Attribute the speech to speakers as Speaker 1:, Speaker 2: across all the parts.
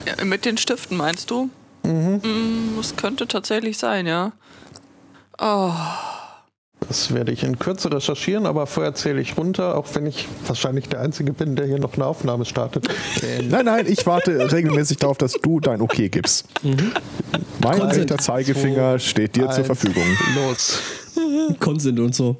Speaker 1: Ja, mit den Stiften meinst du? Das könnte tatsächlich sein, ja. Oh.
Speaker 2: Das werde ich in Kürze recherchieren, aber vorher zähle ich runter, auch wenn ich wahrscheinlich der Einzige bin, der hier noch eine Aufnahme startet.
Speaker 3: Nein, ich warte regelmäßig darauf, dass du dein Okay gibst. Mein rechter Zeigefinger steht dir zur Verfügung.
Speaker 2: Los.
Speaker 4: Konsent und so.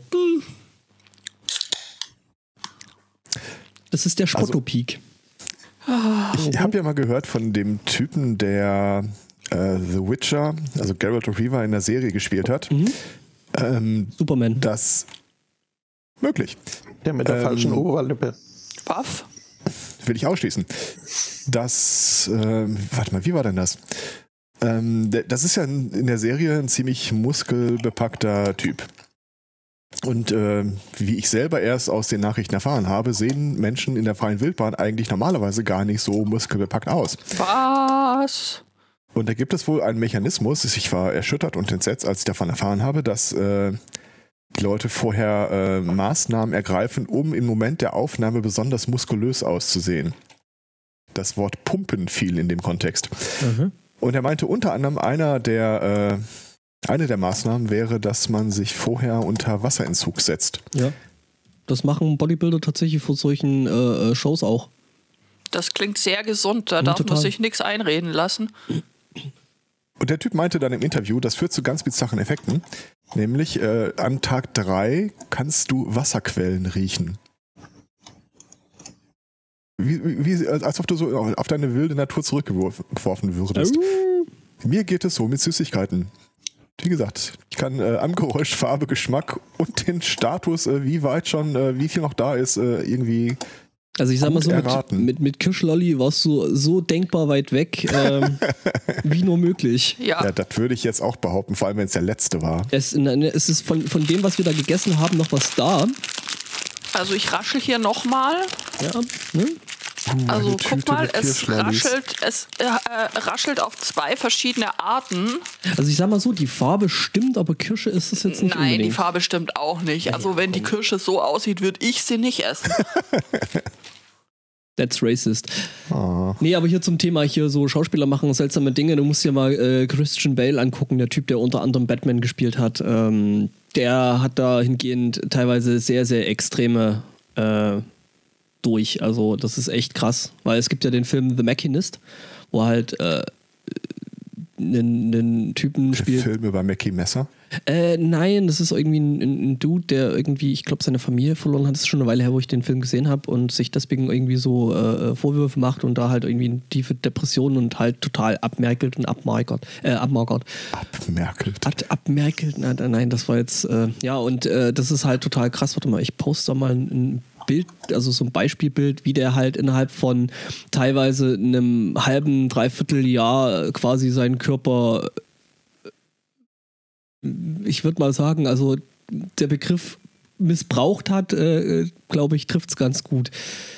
Speaker 4: Das ist der Schrotto-Peak.
Speaker 3: Ich habe ja mal gehört von dem Typen, der The Witcher, also Geralt of Rivia in der Serie gespielt hat.
Speaker 4: Superman.
Speaker 3: Das möglich.
Speaker 2: Der mit der falschen Oberlippe.
Speaker 1: Waff?
Speaker 3: Will ich ausschließen. Das, warte mal, wie war denn das? Das ist ja in der Serie ein ziemlich muskelbepackter Typ. Und wie ich selber erst aus den Nachrichten erfahren habe, sehen Menschen in der freien Wildbahn eigentlich normalerweise gar nicht so muskelbepackt aus.
Speaker 1: Was?
Speaker 3: Und da gibt es wohl einen Mechanismus, ich war erschüttert und entsetzt, als ich davon erfahren habe, dass die Leute vorher Maßnahmen ergreifen, um im Moment der Aufnahme besonders muskulös auszusehen. Das Wort Pumpen fiel in dem Kontext. Und er meinte unter anderem, eine der Maßnahmen wäre, dass man sich vorher unter Wasserentzug setzt.
Speaker 4: Ja. Das machen Bodybuilder tatsächlich vor solchen Shows auch.
Speaker 1: Das klingt sehr gesund, da darf man sich nichts einreden lassen.
Speaker 3: Und der Typ meinte dann im Interview, das führt zu ganz bizarren Effekten. Nämlich an Tag 3 kannst du Wasserquellen riechen. Als ob du so auf deine wilde Natur zurückgeworfen würdest. Mir geht es so mit Süßigkeiten. Wie gesagt, ich kann am Geräusch, Farbe, Geschmack und den Status, wie weit schon, wie viel noch da ist, irgendwie.
Speaker 4: Also ich sag mal so, mit Kirschlolli warst du so denkbar weit weg, wie nur möglich.
Speaker 1: Ja,
Speaker 3: das würde ich jetzt auch behaupten, vor allem wenn es der letzte war.
Speaker 4: Es ist von dem, was wir da gegessen haben, noch was da.
Speaker 1: Also ich raschel hier nochmal.
Speaker 4: Ja, ne?
Speaker 1: Also guck mal, es raschelt auf 2 verschiedene Arten.
Speaker 4: Also ich sag mal so, die Farbe stimmt, aber Kirsche ist es jetzt nicht unbedingt.
Speaker 1: Nein, die Farbe stimmt auch nicht. Also wenn die Kirsche so aussieht, würde ich sie nicht essen.
Speaker 4: That's racist. Oh. Nee, aber hier zum Thema hier so Schauspieler machen seltsame Dinge. Du musst dir mal Christian Bale angucken, der Typ, der unter anderem Batman gespielt hat. Der hat da hingehend teilweise sehr, sehr extreme durch. Also das ist echt krass. Weil es gibt ja den Film The Machinist, wo halt einen Typen spielt.
Speaker 3: Film über Mackie Messer?
Speaker 4: Nein, das ist irgendwie ein Dude, der irgendwie, ich glaube, seine Familie verloren hat. Das ist schon eine Weile her, wo ich den Film gesehen habe und sich deswegen irgendwie so Vorwürfe macht und da halt irgendwie eine tiefe Depression und halt total abmerkelt und abmagert. Abmerkelt? Nein, das war jetzt, ja, und das ist halt total krass. Warte mal, ich poste da mal ein Bild, also so ein Beispielbild, wie der halt innerhalb von teilweise einem halben, dreiviertel Jahr quasi seinen Körper, ich würde mal sagen, also der Begriff missbraucht hat, glaube ich, trifft es ganz gut.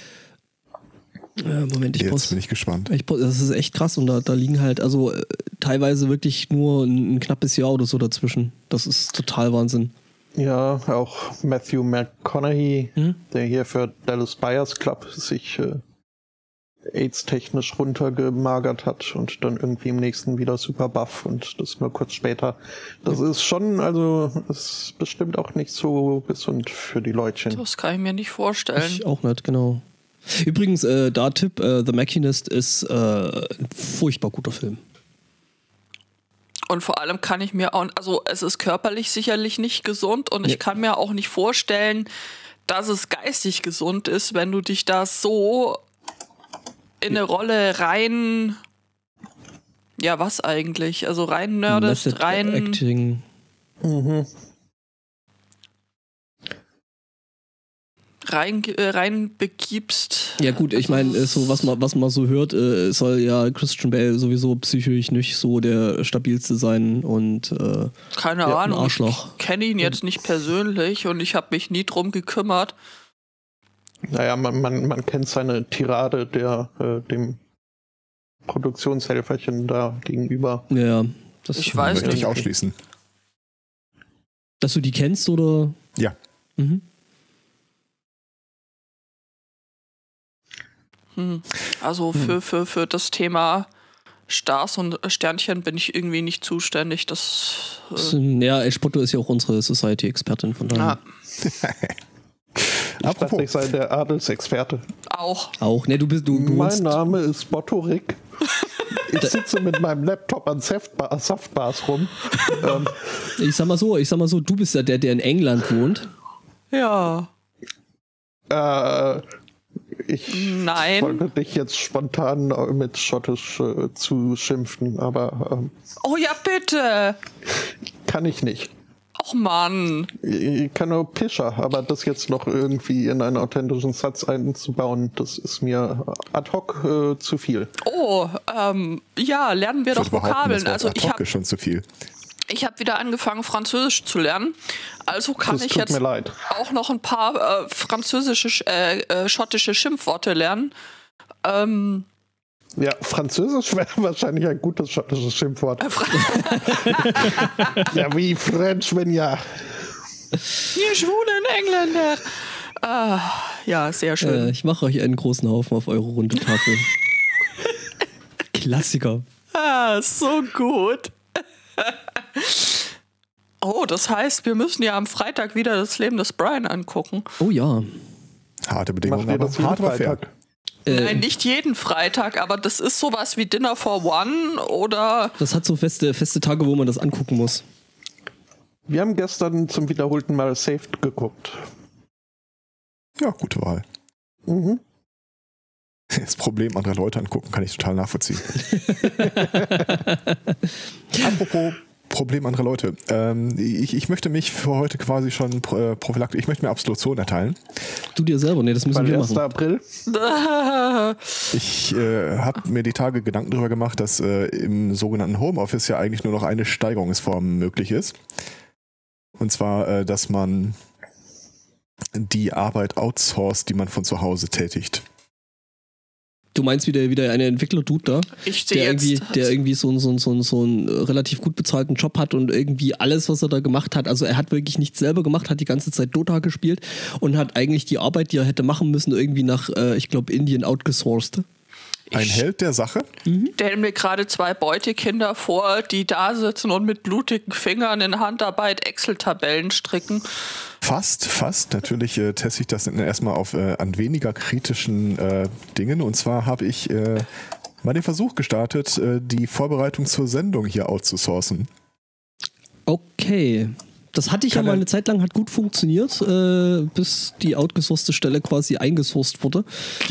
Speaker 4: Moment,
Speaker 3: jetzt bin ich gespannt.
Speaker 4: Das ist echt krass und da liegen halt also teilweise wirklich nur ein knappes Jahr oder so dazwischen. Das ist total Wahnsinn.
Speaker 2: Ja, auch Matthew McConaughey, der hier für Dallas Buyers Club sich AIDS-technisch runtergemagert hat und dann irgendwie im nächsten wieder super buff und das nur kurz später. Das ist schon, also das ist bestimmt auch nicht so gesund für die Leutchen.
Speaker 1: Das kann ich mir nicht vorstellen.
Speaker 4: Ich auch nicht, genau. Übrigens, da Tipp, The Machinist ist ein furchtbar guter Film.
Speaker 1: Und vor allem kann ich mir auch, also es ist körperlich sicherlich nicht gesund und ich kann mir auch nicht vorstellen, dass es geistig gesund ist, wenn du dich da so in eine Rolle rein, ja was eigentlich, also rein nerdest,
Speaker 4: Method
Speaker 1: rein
Speaker 4: Acting.
Speaker 1: rein begibst.
Speaker 4: Ja gut, ich meine, so was man so hört, soll ja Christian Bale sowieso psychisch nicht so der stabilste sein und
Speaker 1: keine Ahnung, Arschloch. Ich kenne ihn jetzt nicht persönlich und ich habe mich nie drum gekümmert.
Speaker 2: Naja, man kennt seine Tirade dem Produktionshelferchen da gegenüber.
Speaker 4: Ja, das
Speaker 1: ich weiß
Speaker 3: möchte
Speaker 1: nicht.
Speaker 3: Ich ausschließen.
Speaker 4: Dass du die kennst, oder?
Speaker 3: Ja.
Speaker 1: Also für das Thema Stars und Sternchen bin ich irgendwie nicht zuständig. Das.
Speaker 4: Ja, El Spotto ist ja auch unsere Society-Expertin von daher.
Speaker 2: Ich dachte, ich sei der Adelsexperte.
Speaker 1: Auch.
Speaker 4: Ne, du
Speaker 2: Mein Name ist Botto Rick. Ich sitze mit meinem Laptop an Softbars rum.
Speaker 4: Ich sag mal so, du bist ja der in England wohnt.
Speaker 1: Ja.
Speaker 2: Nein. Wollte dich jetzt spontan mit Schottisch zuschimpfen, aber.
Speaker 1: Oh ja, bitte!
Speaker 2: Kann ich nicht.
Speaker 1: Och Mann.
Speaker 2: Ich kann nur Pischer, aber das jetzt noch irgendwie in einen authentischen Satz einzubauen, das ist mir ad hoc zu viel.
Speaker 1: Oh, ja, lernen wir doch Vokabeln.
Speaker 3: Also ad hoc ist schon zu viel.
Speaker 1: Ich habe wieder angefangen, Französisch zu lernen. Also kann ich jetzt auch noch ein paar schottische Schimpfworte lernen.
Speaker 2: Ja, Französisch wäre wahrscheinlich ein gutes schottisches Schimpfwort. Ja, wie French, wenn ja.
Speaker 1: Ihr schwulen Engländer. Ja, sehr schön.
Speaker 4: Ich mache euch einen großen Haufen auf eure runde Tafel. Klassiker.
Speaker 1: So gut. Oh, das heißt, wir müssen ja am Freitag wieder das Leben des Brian angucken.
Speaker 4: Oh ja.
Speaker 3: Harte Bedingungen, aber hart war fair.
Speaker 1: Nein, nicht jeden Freitag, aber das ist sowas wie Dinner for One oder...
Speaker 4: Das hat so feste Tage, wo man das angucken muss.
Speaker 2: Wir haben gestern zum wiederholten Mal Saved geguckt.
Speaker 3: Ja, gute Wahl.
Speaker 2: Mhm.
Speaker 3: Das Problem andere Leute angucken, kann ich total nachvollziehen. Apropos Problem anderer Leute. Ich möchte mich für heute quasi schon prophylaktisch, ich möchte mir Absolution erteilen.
Speaker 4: Du dir selber? Nee, das müssen wir machen.
Speaker 2: 1. April?
Speaker 3: Ich habe mir die Tage Gedanken darüber gemacht, dass im sogenannten Homeoffice ja eigentlich nur noch eine Steigerungsform möglich ist. Und zwar, dass man die Arbeit outsourced, die man von zu Hause tätigt.
Speaker 4: Du meinst wieder eine Entwickler-Dude da? Der irgendwie so einen relativ gut bezahlten Job hat und irgendwie alles, was er da gemacht hat, also er hat wirklich nichts selber gemacht, hat die ganze Zeit Dota gespielt und hat eigentlich die Arbeit, die er hätte machen müssen, irgendwie nach, ich glaube, Indien outgesourced.
Speaker 3: Ein Held der Sache?
Speaker 1: Stell mir gerade 2 Beutekinder vor, die da sitzen und mit blutigen Fingern in Handarbeit Excel-Tabellen stricken.
Speaker 3: Fast. Natürlich teste ich das erstmal auf an weniger kritischen Dingen. Und zwar habe ich mal den Versuch gestartet, die Vorbereitung zur Sendung hier outzusourcen.
Speaker 4: Okay. Das hatte ich ja mal eine Zeit lang, hat gut funktioniert, bis die outgesourcete Stelle quasi eingesourced wurde.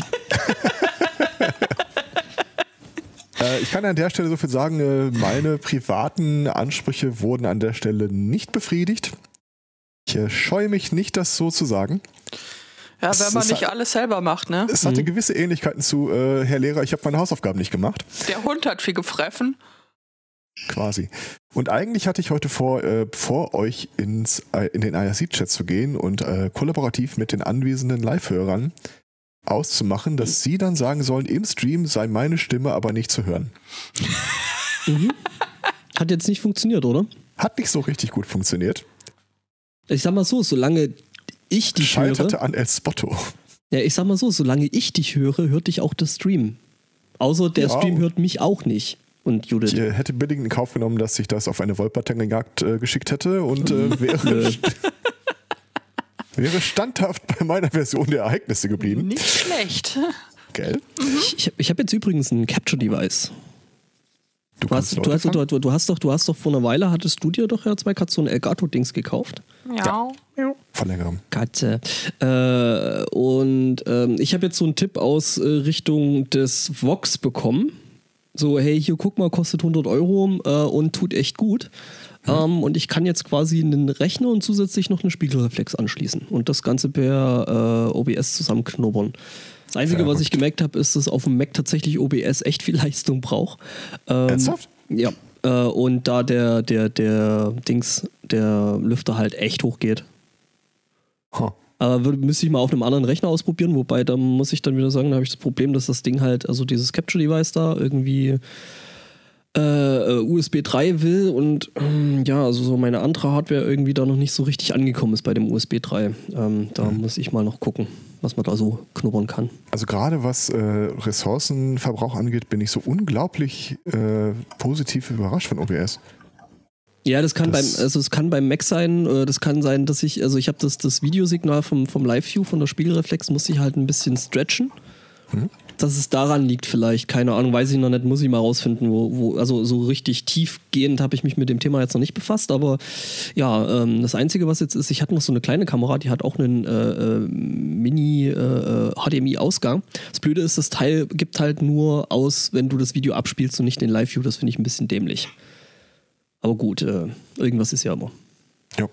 Speaker 3: Ich kann an der Stelle so viel sagen, meine privaten Ansprüche wurden an der Stelle nicht befriedigt. Ich scheue mich nicht, das so zu sagen.
Speaker 1: Ja, wenn man nicht alles selber macht, ne?
Speaker 3: Es hatte gewisse Ähnlichkeiten zu, Herr Lehrer, ich habe meine Hausaufgaben nicht gemacht.
Speaker 1: Der Hund hat viel gefressen.
Speaker 3: Quasi. Und eigentlich hatte ich heute vor euch in den IRC-Chat zu gehen und kollaborativ mit den anwesenden Live-Hörern auszumachen, dass sie dann sagen sollen, im Stream sei meine Stimme aber nicht zu hören.
Speaker 4: Hat jetzt nicht funktioniert, oder?
Speaker 3: Hat nicht so richtig gut funktioniert.
Speaker 4: Ich sag mal so, solange ich dich
Speaker 3: Scheiterte
Speaker 4: höre...
Speaker 3: an El Spotto.
Speaker 4: Ja, ich sag mal so, solange ich dich höre, hört dich auch der Stream. Außer der Stream hört mich auch nicht. Und Judith.
Speaker 3: Ich hätte billig in Kauf genommen, dass ich das auf eine Wolpertangenjagd geschickt hätte und wäre standhaft bei meiner Version der Ereignisse geblieben.
Speaker 1: Nicht schlecht.
Speaker 3: Gell?
Speaker 4: Ich habe jetzt übrigens ein Capture-Device. Du hast doch vor einer Weile, hattest du dir doch ja 2 Katzen so ein Elgato-Dings gekauft?
Speaker 1: Ja.
Speaker 3: Von längerem.
Speaker 4: Katze. Ich habe jetzt so einen Tipp aus Richtung des Vox bekommen. So, hey, hier guck mal, kostet 100 Euro und tut echt gut. Und ich kann jetzt quasi einen Rechner und zusätzlich noch eine Spiegelreflex anschließen und das Ganze per OBS zusammenknubbern. Das Einzige, was ich gemerkt habe, ist, dass auf dem Mac tatsächlich OBS echt viel Leistung braucht.
Speaker 3: Ernsthaft?
Speaker 4: Ja. Und da der Lüfter halt echt hoch geht. Aber müsste ich mal auf einem anderen Rechner ausprobieren, wobei da muss ich dann wieder sagen, da habe ich das Problem, dass das Ding halt, also dieses Capture-Device da irgendwie USB 3 will und ja, also so meine andere Hardware irgendwie da noch nicht so richtig angekommen ist bei dem USB 3. Da muss ich mal noch gucken, was man da so knubbern kann.
Speaker 3: Also gerade was Ressourcenverbrauch angeht, bin ich so unglaublich positiv überrascht von OBS.
Speaker 4: Ja, es kann beim Mac sein, das kann sein, dass ich habe das Videosignal vom Live-View von der Spiegelreflex, muss ich halt ein bisschen stretchen. Dass es daran liegt vielleicht, keine Ahnung, weiß ich noch nicht, muss ich mal rausfinden, also so richtig tiefgehend habe ich mich mit dem Thema jetzt noch nicht befasst, aber ja, das Einzige, was jetzt ist, ich hatte noch so eine kleine Kamera, die hat auch einen Mini-HDMI-Ausgang. Das Blöde ist, das Teil gibt halt nur aus, wenn du das Video abspielst und nicht den Live-View, das finde ich ein bisschen dämlich. Aber gut, irgendwas ist ja immer.
Speaker 3: Ja.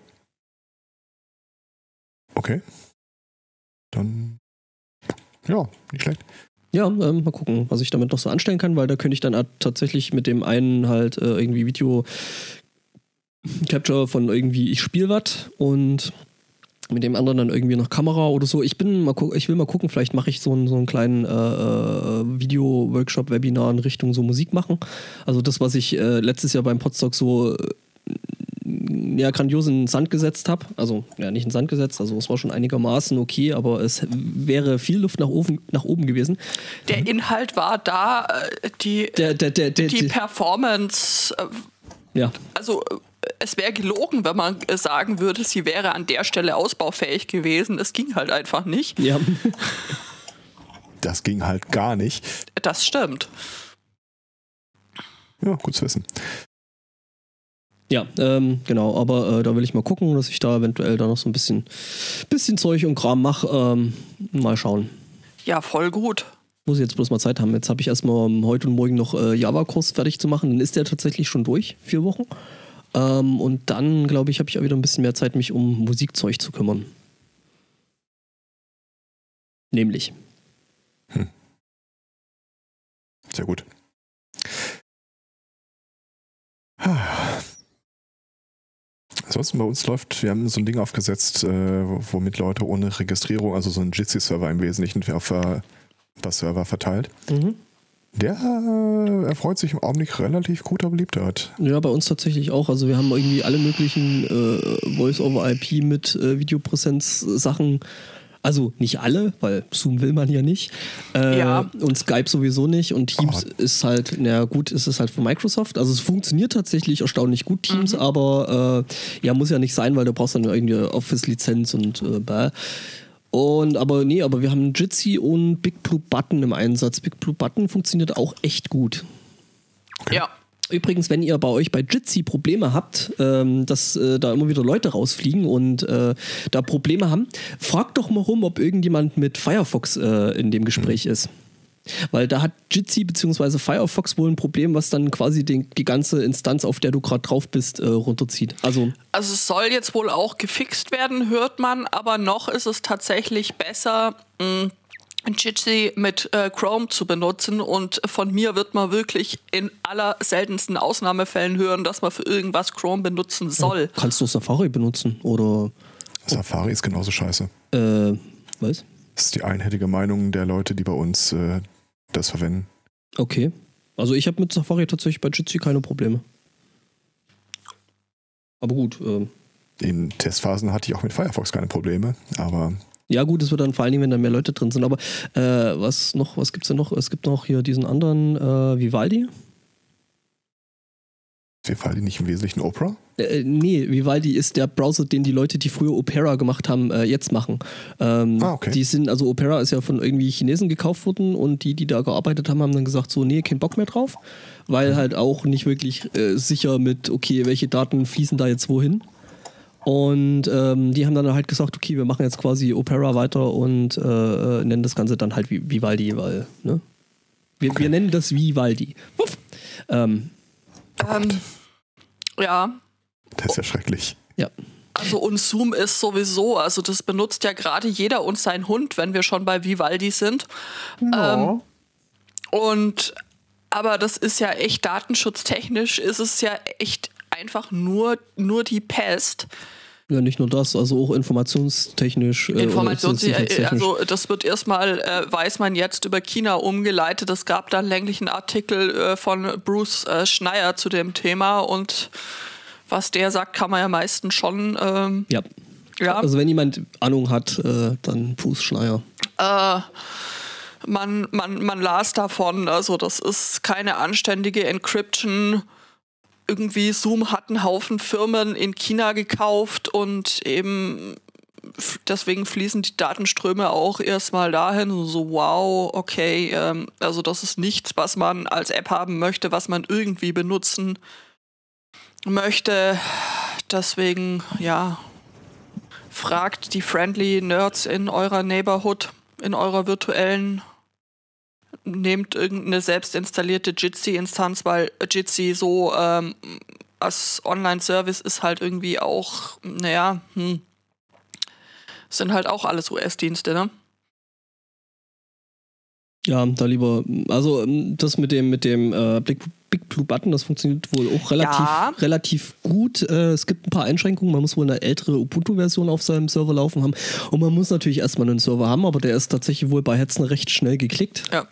Speaker 3: Okay. Dann, ja, nicht schlecht.
Speaker 4: Ja, mal gucken, was ich damit noch so anstellen kann, weil da könnte ich dann tatsächlich mit dem einen halt irgendwie Video-Capture von irgendwie ich spiele was und mit dem anderen dann irgendwie noch Kamera oder so. Ich will mal gucken, vielleicht mache ich so einen kleinen Video-Workshop-Webinar in Richtung so Musik machen. Also das, was ich letztes Jahr beim Podstock so grandios in den Sand gesetzt habe. Also, ja, nicht in den Sand gesetzt, also es war schon einigermaßen okay, aber es wäre viel Luft nach oben gewesen.
Speaker 1: Der Inhalt war da, die Performance,
Speaker 4: ja.
Speaker 1: Also es wäre gelogen, wenn man sagen würde, sie wäre an der Stelle ausbaufähig gewesen. Es ging halt einfach nicht.
Speaker 4: Ja.
Speaker 3: Das ging halt gar nicht.
Speaker 1: Das stimmt.
Speaker 3: Ja, gut zu wissen.
Speaker 4: Ja, genau, aber da will ich mal gucken, dass ich da eventuell da noch so ein bisschen Zeug und Kram mache. Mal schauen.
Speaker 1: Ja, voll gut.
Speaker 4: Muss ich jetzt bloß mal Zeit haben. Jetzt habe ich erstmal heute und morgen noch Java-Kurs fertig zu machen. Dann ist der tatsächlich schon durch, 4 Wochen. Und dann, glaube ich, habe ich auch wieder ein bisschen mehr Zeit, mich um Musikzeug zu kümmern. Nämlich.
Speaker 3: Sehr gut. Ansonsten bei uns läuft, wir haben so ein Ding aufgesetzt, womit Leute ohne Registrierung, also so ein Jitsi-Server im Wesentlichen auf ein paar Server verteilt. Der erfreut sich im Augenblick relativ guter Beliebtheit.
Speaker 4: Ja, bei uns tatsächlich auch. Also wir haben irgendwie alle möglichen Voice-over-IP mit Videopräsenz-Sachen. Also nicht alle, weil Zoom will man ja nicht. Und Skype sowieso nicht. Und Teams ist halt, ist es halt von Microsoft. Also es funktioniert tatsächlich erstaunlich gut, Teams, aber muss ja nicht sein, weil du brauchst dann irgendwie Office-Lizenz und aber wir haben Jitsi und Big Blue Button im Einsatz. Big Blue Button funktioniert auch echt gut.
Speaker 3: Okay.
Speaker 1: Ja.
Speaker 4: Übrigens, wenn ihr bei euch bei Jitsi Probleme habt, dass da immer wieder Leute rausfliegen und da Probleme haben, fragt doch mal rum, ob irgendjemand mit Firefox in dem Gespräch ist. Weil da hat Jitsi bzw. Firefox wohl ein Problem, was dann quasi die ganze Instanz, auf der du gerade drauf bist, runterzieht. Also
Speaker 1: es soll jetzt wohl auch gefixt werden, hört man, aber noch ist es tatsächlich besser, Jitsi mit Chrome zu benutzen, und von mir wird man wirklich in aller seltensten Ausnahmefällen hören, dass man für irgendwas Chrome benutzen soll.
Speaker 4: Kannst du Safari benutzen, oder?
Speaker 3: Safari ist genauso scheiße.
Speaker 4: Was?
Speaker 3: Das ist die einhellige Meinung der Leute, die bei uns das verwenden.
Speaker 4: Okay. Also ich habe mit Safari tatsächlich bei Jitsi keine Probleme. Aber gut.
Speaker 3: In Testphasen hatte ich auch mit Firefox keine Probleme, aber...
Speaker 4: Ja gut, es wird dann vor allen Dingen, wenn da mehr Leute drin sind. Aber was gibt's denn noch? Es gibt noch hier diesen anderen Vivaldi.
Speaker 3: Vivaldi nicht im Wesentlichen Opera?
Speaker 4: Nee, Vivaldi ist der Browser, den die Leute, die früher Opera gemacht haben, jetzt machen.
Speaker 3: Okay.
Speaker 4: Also Opera ist ja von irgendwie Chinesen gekauft worden, und die da gearbeitet haben, haben dann gesagt, so, nee, kein Bock mehr drauf, weil halt auch nicht wirklich sicher mit, okay, welche Daten fließen da jetzt wohin. Und die haben dann halt gesagt, okay, wir machen jetzt quasi Opera weiter und nennen das Ganze dann halt Vivaldi, weil, ne? Wir nennen das Vivaldi. Wuff.
Speaker 1: Ja.
Speaker 3: Das ist ja schrecklich.
Speaker 4: Ja.
Speaker 1: Also und Zoom ist sowieso, also das benutzt ja gerade jeder und sein Hund, wenn wir schon bei Vivaldi sind.
Speaker 2: Ja.
Speaker 1: Aber das ist ja echt datenschutztechnisch, ist es ja echt einfach nur die Pest.
Speaker 4: Ja, nicht nur das, also auch informationstechnisch.
Speaker 1: Also das wird erstmal, weiß man jetzt, über China umgeleitet. Es gab dann länglich einen Artikel von Bruce Schneier zu dem Thema und was der sagt, kann man ja meistens schon.
Speaker 4: Ja. Also wenn jemand Ahnung hat, dann Bruce Schneier.
Speaker 1: Man las davon, also das ist keine anständige Encryption. Irgendwie Zoom hat einen Haufen Firmen in China gekauft und eben deswegen fließen die Datenströme auch erstmal dahin. So, wow, okay, also das ist nichts, was man als App haben möchte, was man irgendwie benutzen möchte. Deswegen, ja, fragt die Friendly Nerds in eurer Neighborhood, in eurer virtuellen. Nehmt irgendeine selbst installierte Jitsi-Instanz, weil Jitsi so als Online-Service ist halt irgendwie auch, sind halt auch alles US-Dienste, ne?
Speaker 4: Ja, da lieber, also das mit dem Big Blue Button, das funktioniert wohl auch relativ gut. Es gibt ein paar Einschränkungen, man muss wohl eine ältere Ubuntu-Version auf seinem Server laufen haben und man muss natürlich erstmal einen Server haben, aber der ist tatsächlich wohl bei Hetzner recht schnell geklickt.
Speaker 1: Ja.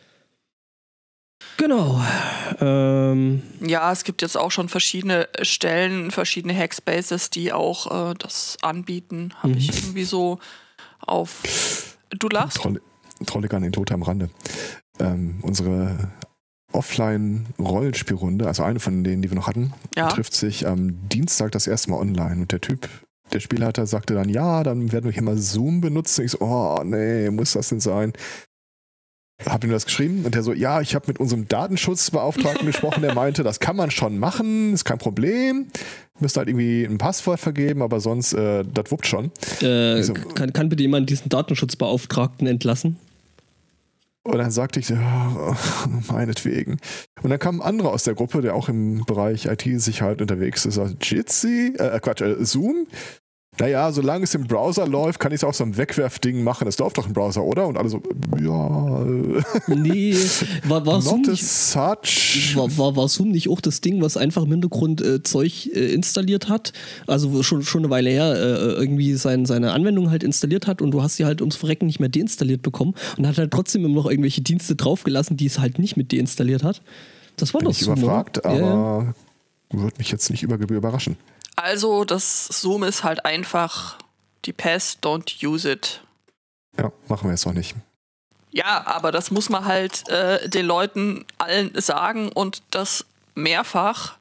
Speaker 4: Genau.
Speaker 1: Ja, es gibt jetzt auch schon verschiedene Stellen, verschiedene Hackspaces, die auch das anbieten. Habe ich irgendwie so auf... Du lachst?
Speaker 3: Tolle Anekdote am Rande. Unsere Offline-Rollenspielrunde, also eine von denen, die wir noch hatten, trifft sich am Dienstag das erste Mal online. Und der Spielleiter sagte dann, ja, dann werden wir hier mal Zoom benutzen. Ich so, oh nee, muss das denn sein? Hab ihm das geschrieben und der so, ja, ich habe mit unserem Datenschutzbeauftragten gesprochen, der meinte, das kann man schon machen, ist kein Problem. Müsste halt irgendwie ein Passwort vergeben, aber sonst, das wuppt schon.
Speaker 4: So, kann bitte jemand diesen Datenschutzbeauftragten entlassen?
Speaker 3: Und dann sagte ich, ja, meinetwegen. Und dann kam ein anderer aus der Gruppe, der auch im Bereich IT-Sicherheit unterwegs ist, sagt, Zoom? Naja, solange es im Browser läuft, kann ich es auf so einem Wegwerfding machen. Es läuft doch im Browser, oder? Und alle so, ja.
Speaker 4: Nee, war Zoom nicht,
Speaker 3: such.
Speaker 4: War Zoom nicht auch das Ding, was einfach im Hintergrund Zeug installiert hat? Also schon eine Weile her irgendwie seine Anwendung halt installiert hat und du hast sie halt ums Verrecken nicht mehr deinstalliert bekommen und hat halt trotzdem immer noch irgendwelche Dienste draufgelassen, die es halt nicht mit deinstalliert hat. Das war
Speaker 3: Bin
Speaker 4: doch
Speaker 3: ich
Speaker 4: Zoom,
Speaker 3: überfragt, oder? Aber würde mich jetzt nicht über Gebühr überraschen.
Speaker 1: Also, das Zoom ist halt einfach die Pest, don't use it.
Speaker 3: Ja, machen wir jetzt auch nicht.
Speaker 1: Ja, aber das muss man halt den Leuten allen sagen und das mehrfach.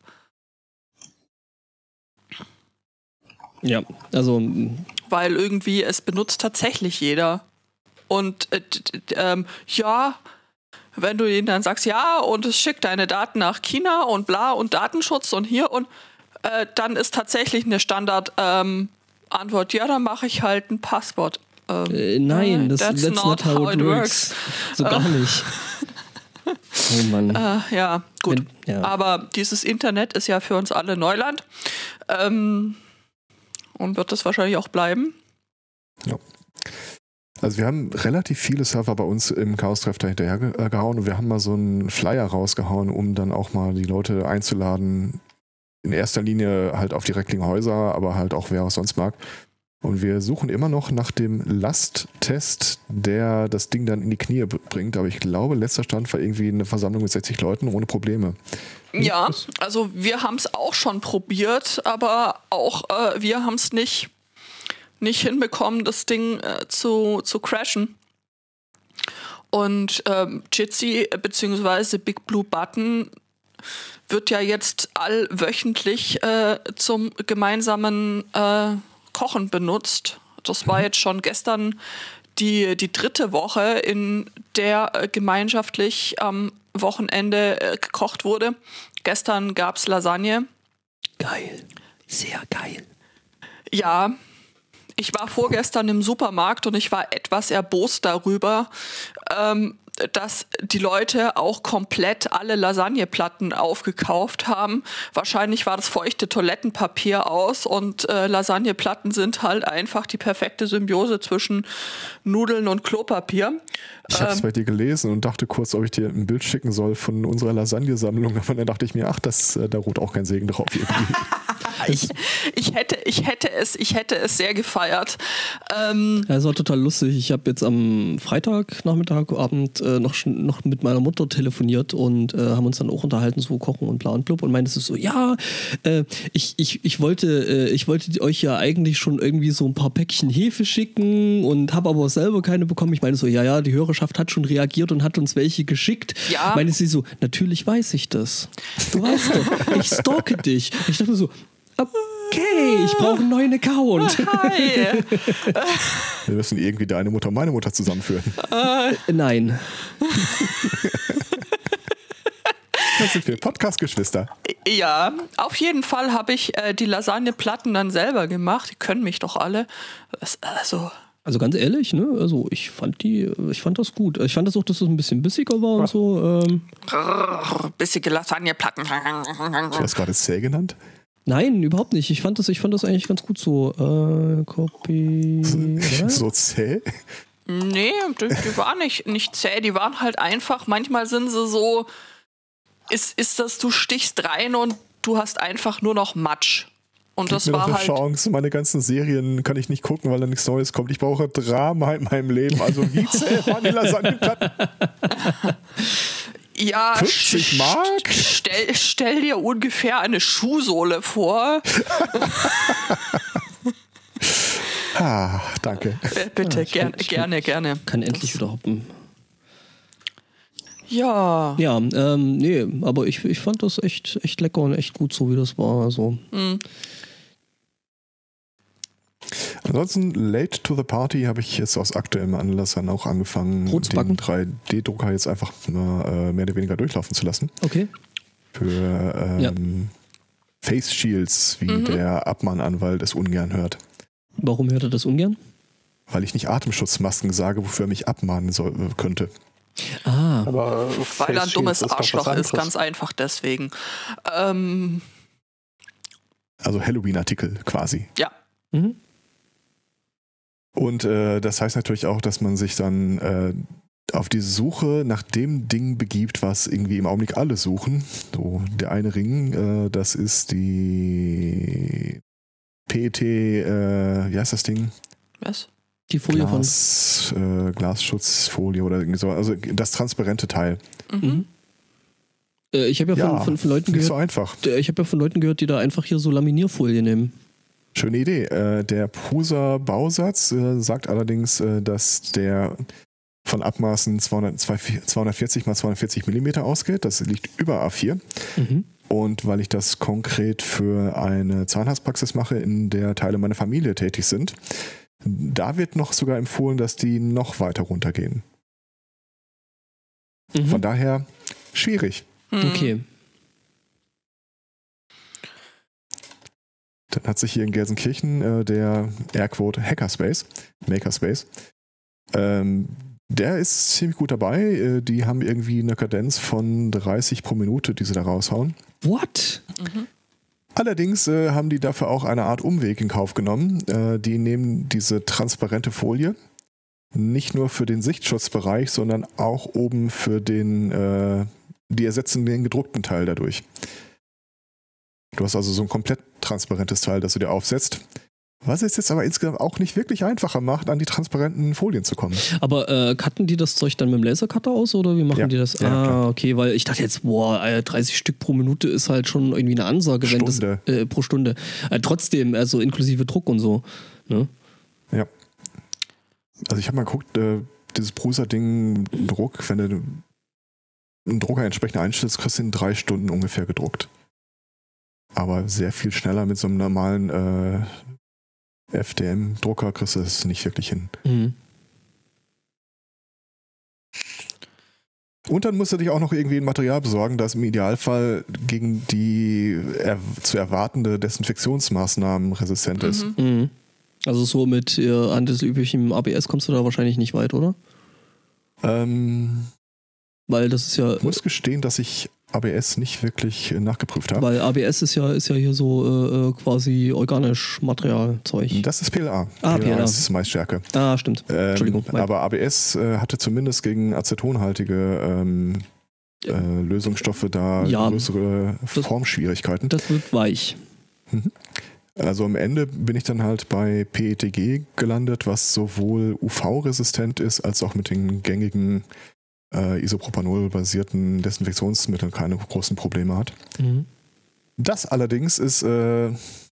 Speaker 4: Ja, also.
Speaker 1: Weil irgendwie es benutzt tatsächlich jeder. Und ja, wenn du ihnen dann sagst, ja, und es schickt deine Daten nach China und bla und Datenschutz und hier und dann ist tatsächlich eine Standard-Antwort, ja, dann mache ich halt ein Passwort.
Speaker 4: Nein, that's not how it works. So gar nicht. Oh Mann.
Speaker 1: Ja, gut.
Speaker 4: Ja.
Speaker 1: Aber dieses Internet ist ja für uns alle Neuland. Und wird das wahrscheinlich auch bleiben.
Speaker 3: Ja. Also wir haben relativ viele Server bei uns im Chaos-Treff da hinterher gehauen und wir haben mal so einen Flyer rausgehauen, um dann auch mal die Leute einzuladen, in erster Linie halt auf die Recklinghäuser, aber halt auch wer auch sonst mag. Und wir suchen immer noch nach dem Lasttest, der das Ding dann in die Knie bringt. Aber ich glaube, letzter Stand war irgendwie eine Versammlung mit 60 Leuten ohne Probleme.
Speaker 1: Ja, also wir haben es auch schon probiert, aber auch wir haben es nicht hinbekommen, das Ding zu crashen. Und Jitsi bzw. Big Blue Button wird ja jetzt allwöchentlich zum gemeinsamen Kochen benutzt. Das war jetzt schon gestern die dritte Woche, in der gemeinschaftlich am Wochenende gekocht wurde. Gestern gab es Lasagne.
Speaker 4: Geil. Sehr geil.
Speaker 1: Ja, ich war vorgestern im Supermarkt und ich war etwas erbost darüber, dass die Leute auch komplett alle Lasagneplatten aufgekauft haben. Wahrscheinlich war das feuchte Toilettenpapier aus und Lasagneplatten sind halt einfach die perfekte Symbiose zwischen Nudeln und Klopapier.
Speaker 3: Ich habe es bei dir gelesen und dachte kurz, ob ich dir ein Bild schicken soll von unserer Lasagnesammlung. Aber dann dachte ich mir, da ruht auch kein Segen drauf irgendwie.
Speaker 1: ich hätte es sehr gefeiert.
Speaker 4: Es war total lustig. Ich habe jetzt am Freitagnachmittagabend noch mit meiner Mutter telefoniert und haben uns dann auch unterhalten, so kochen und bla und blub, und meinte es so, ja, ich wollte euch ja eigentlich schon irgendwie so ein paar Päckchen Hefe schicken und habe aber selber keine bekommen. Ich meine so, ja, die Hörerschaft hat schon reagiert und hat uns welche geschickt.
Speaker 1: Ja.
Speaker 4: Meinte sie so, natürlich weiß ich das. Du weißt doch, ich stalke dich. Ich dachte so, okay, ich brauche einen neuen Account.
Speaker 1: Hi.
Speaker 3: Wir müssen irgendwie deine Mutter und meine Mutter zusammenführen.
Speaker 4: Nein.
Speaker 3: Das sind wir Podcast-Geschwister.
Speaker 1: Ja, auf jeden Fall habe ich die Lasagneplatten dann selber gemacht. Die können mich doch alle.
Speaker 4: Also ganz ehrlich, ne? Also ich fand das gut. Ich fand das auch, dass es ein bisschen bissiger war und so.
Speaker 1: Bissige Lasagneplatten.
Speaker 3: Hast du das gerade zäh genannt?
Speaker 4: Nein, überhaupt nicht. Ich fand das eigentlich ganz gut so. Copy.
Speaker 3: So zäh?
Speaker 1: Nee, die waren nicht zäh. Die waren halt einfach. Manchmal sind sie so. Ist das, du stichst rein und du hast einfach nur noch Matsch. Und das war halt.
Speaker 3: Chance. Meine ganzen Serien kann ich nicht gucken, weil da nichts Neues kommt. Ich brauche Drama in meinem Leben. Also wie zäh waren die Lasagneplatten?
Speaker 1: Ja,
Speaker 3: 50 Mark?
Speaker 1: Stell dir ungefähr eine Schuhsohle vor.
Speaker 3: Danke.
Speaker 1: Bitte, gerne.
Speaker 4: Kann endlich wieder hoppen.
Speaker 1: Ja.
Speaker 4: Ja, nee, aber ich fand das echt lecker und echt gut, so wie das war. Also.
Speaker 3: Ansonsten, late to the party habe ich jetzt aus aktuellem Anlass dann auch angefangen, den 3D-Drucker jetzt einfach mehr oder weniger durchlaufen zu lassen.
Speaker 4: Okay.
Speaker 3: Für Face Shields, wie der Abmahnanwalt es ungern hört.
Speaker 4: Warum hört er das ungern?
Speaker 3: Weil ich nicht Atemschutzmasken sage, wofür er mich abmahnen könnte.
Speaker 2: Aber
Speaker 1: weil er ein dummes Arschloch ist, ganz einfach deswegen.
Speaker 3: Also Halloween-Artikel quasi.
Speaker 1: Ja.
Speaker 3: Und das heißt natürlich auch, dass man sich dann auf die Suche nach dem Ding begibt, was irgendwie im Augenblick alle suchen. So, der eine Ring, das ist die PET, wie heißt das Ding?
Speaker 1: Was?
Speaker 4: Die Folie
Speaker 3: Glasschutzfolie oder irgendwie so, also das transparente Teil.
Speaker 4: Ich habe ja von Leuten gehört.
Speaker 3: Nicht so einfach.
Speaker 4: Ich habe ja von Leuten gehört, die da einfach hier so Laminierfolie nehmen.
Speaker 3: Schöne Idee. Der Prusa Bausatz sagt allerdings, dass der von Abmaßen 240 x 240 mm ausgeht. Das liegt über A4. Und weil ich das konkret für eine Zahnarztpraxis mache, in der Teile meiner Familie tätig sind, da wird noch sogar empfohlen, dass die noch weiter runtergehen. Von daher schwierig.
Speaker 4: Okay.
Speaker 3: Dann hat sich hier in Gelsenkirchen der Airquote Makerspace, der ist ziemlich gut dabei. Die haben irgendwie eine Kadenz von 30 pro Minute, die sie da raushauen.
Speaker 4: What?
Speaker 3: Allerdings haben die dafür auch eine Art Umweg in Kauf genommen. Die nehmen diese transparente Folie nicht nur für den Sichtschutzbereich, sondern auch oben für die ersetzen den gedruckten Teil dadurch. Du hast also so ein komplett transparentes Teil, das du dir aufsetzt. Was es jetzt aber insgesamt auch nicht wirklich einfacher macht, an die transparenten Folien zu kommen.
Speaker 4: Aber cutten die das Zeug dann mit dem Lasercutter aus oder wie machen die das?
Speaker 3: Ja,
Speaker 4: okay, weil ich dachte jetzt, 30 Stück pro Minute ist halt schon irgendwie eine Ansage, wenn das pro Stunde. Trotzdem, also inklusive Druck und so. Ne?
Speaker 3: Ja. Also ich habe mal geguckt, dieses Prusa-Ding, Druck, wenn du einen Drucker entsprechend einstellst, kriegst du in 3 Stunden ungefähr gedruckt. Aber sehr viel schneller mit so einem normalen FDM-Drucker kriegst du es nicht wirklich hin. Und dann musst du dich auch noch irgendwie ein Material besorgen, das im Idealfall gegen die zu erwartende Desinfektionsmaßnahmen resistent ist.
Speaker 4: Also so mit handelsüblichem ABS kommst du da wahrscheinlich nicht weit, oder? Weil das ist ja...
Speaker 3: Ich muss gestehen, dass ich ABS nicht wirklich nachgeprüft habe.
Speaker 4: Weil ABS ist ja hier so quasi organisch Materialzeug.
Speaker 3: Das ist PLA.
Speaker 4: PLA
Speaker 3: ist Maisstärke.
Speaker 4: Stimmt. Entschuldigung.
Speaker 3: Aber ABS hatte zumindest gegen acetonhaltige Lösungsstoffe da größere Formschwierigkeiten.
Speaker 4: Das wird weich.
Speaker 3: Also am Ende bin ich dann halt bei PETG gelandet, was sowohl UV-resistent ist, als auch mit den gängigen Isopropanol-basierten Desinfektionsmitteln keine großen Probleme hat. Mhm. Das allerdings ist, da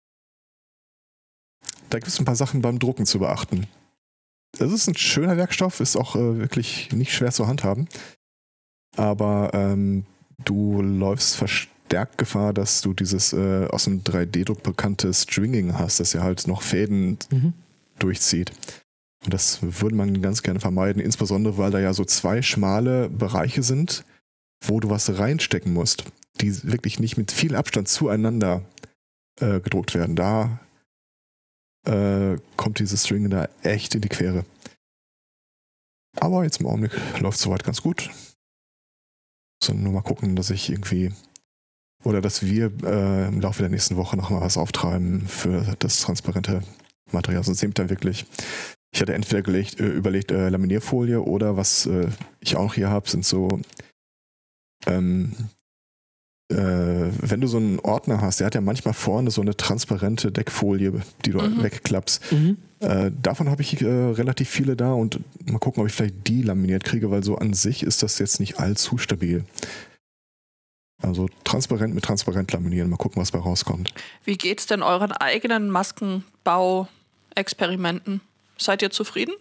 Speaker 3: gibt es ein paar Sachen beim Drucken zu beachten. Es ist ein schöner Werkstoff, ist auch wirklich nicht schwer zu handhaben, aber du läufst verstärkt Gefahr, dass du dieses aus dem 3D-Druck bekannte Stringing hast, das ja halt noch Fäden durchzieht. Und das würde man ganz gerne vermeiden, insbesondere weil da ja so 2 schmale Bereiche sind, wo du was reinstecken musst, die wirklich nicht mit viel Abstand zueinander gedruckt werden. Da kommt dieses String da echt in die Quere. Aber jetzt im Augenblick läuft es soweit ganz gut. So, nur mal gucken, dass ich irgendwie dass wir im Laufe der nächsten Woche nochmal was auftreiben für das transparente Material. Sonst nehmt dann wirklich. Ich hatte entweder überlegt Laminierfolie oder was ich auch noch hier habe, sind so wenn du so einen Ordner hast, der hat ja manchmal vorne so eine transparente Deckfolie, die du wegklappst. Davon habe ich relativ viele da und mal gucken, ob ich vielleicht die laminiert kriege, weil so an sich ist das jetzt nicht allzu stabil. Also transparent mit transparent laminieren, mal gucken, was bei rauskommt.
Speaker 1: Wie geht's denn euren eigenen Maskenbau-Experimenten? Seid ihr zufrieden?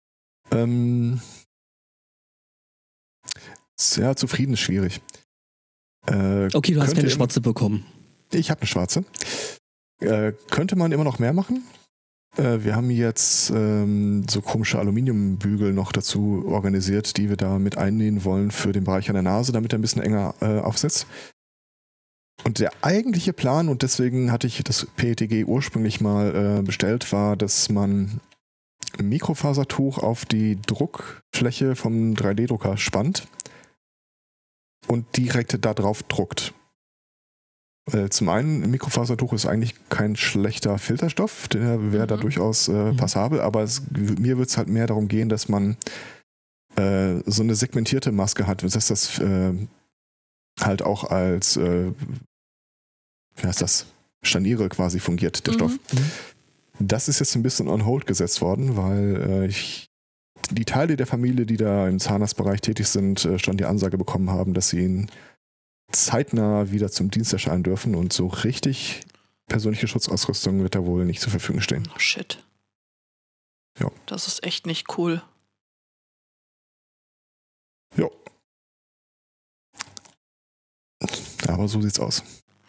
Speaker 3: Sehr zufrieden ist schwierig.
Speaker 4: Okay, du hast keine schwarze bekommen.
Speaker 3: Ich habe eine schwarze. Könnte man immer noch mehr machen? Wir haben jetzt so komische Aluminiumbügel noch dazu organisiert, die wir da mit einnähen wollen für den Bereich an der Nase, damit er ein bisschen enger aufsetzt. Und der eigentliche Plan, und deswegen hatte ich das PETG ursprünglich mal bestellt, war, dass man ein Mikrofasertuch auf die Druckfläche vom 3D-Drucker spannt und direkt da drauf druckt. Zum einen, ein Mikrofasertuch ist eigentlich kein schlechter Filterstoff, der wäre da durchaus passabel, aber mir wird es halt mehr darum gehen, dass man so eine segmentierte Maske hat, dass das halt auch als wie heißt das? Scharniere quasi fungiert, der Stoff. Das ist jetzt ein bisschen on hold gesetzt worden, weil die Teile der Familie, die da im Zahnarztbereich tätig sind, schon die Ansage bekommen haben, dass sie ihn zeitnah wieder zum Dienst erscheinen dürfen und so richtig persönliche Schutzausrüstung wird da wohl nicht zur Verfügung stehen.
Speaker 1: Oh shit.
Speaker 3: Ja.
Speaker 1: Das ist echt nicht cool.
Speaker 3: Ja. Aber so sieht's aus.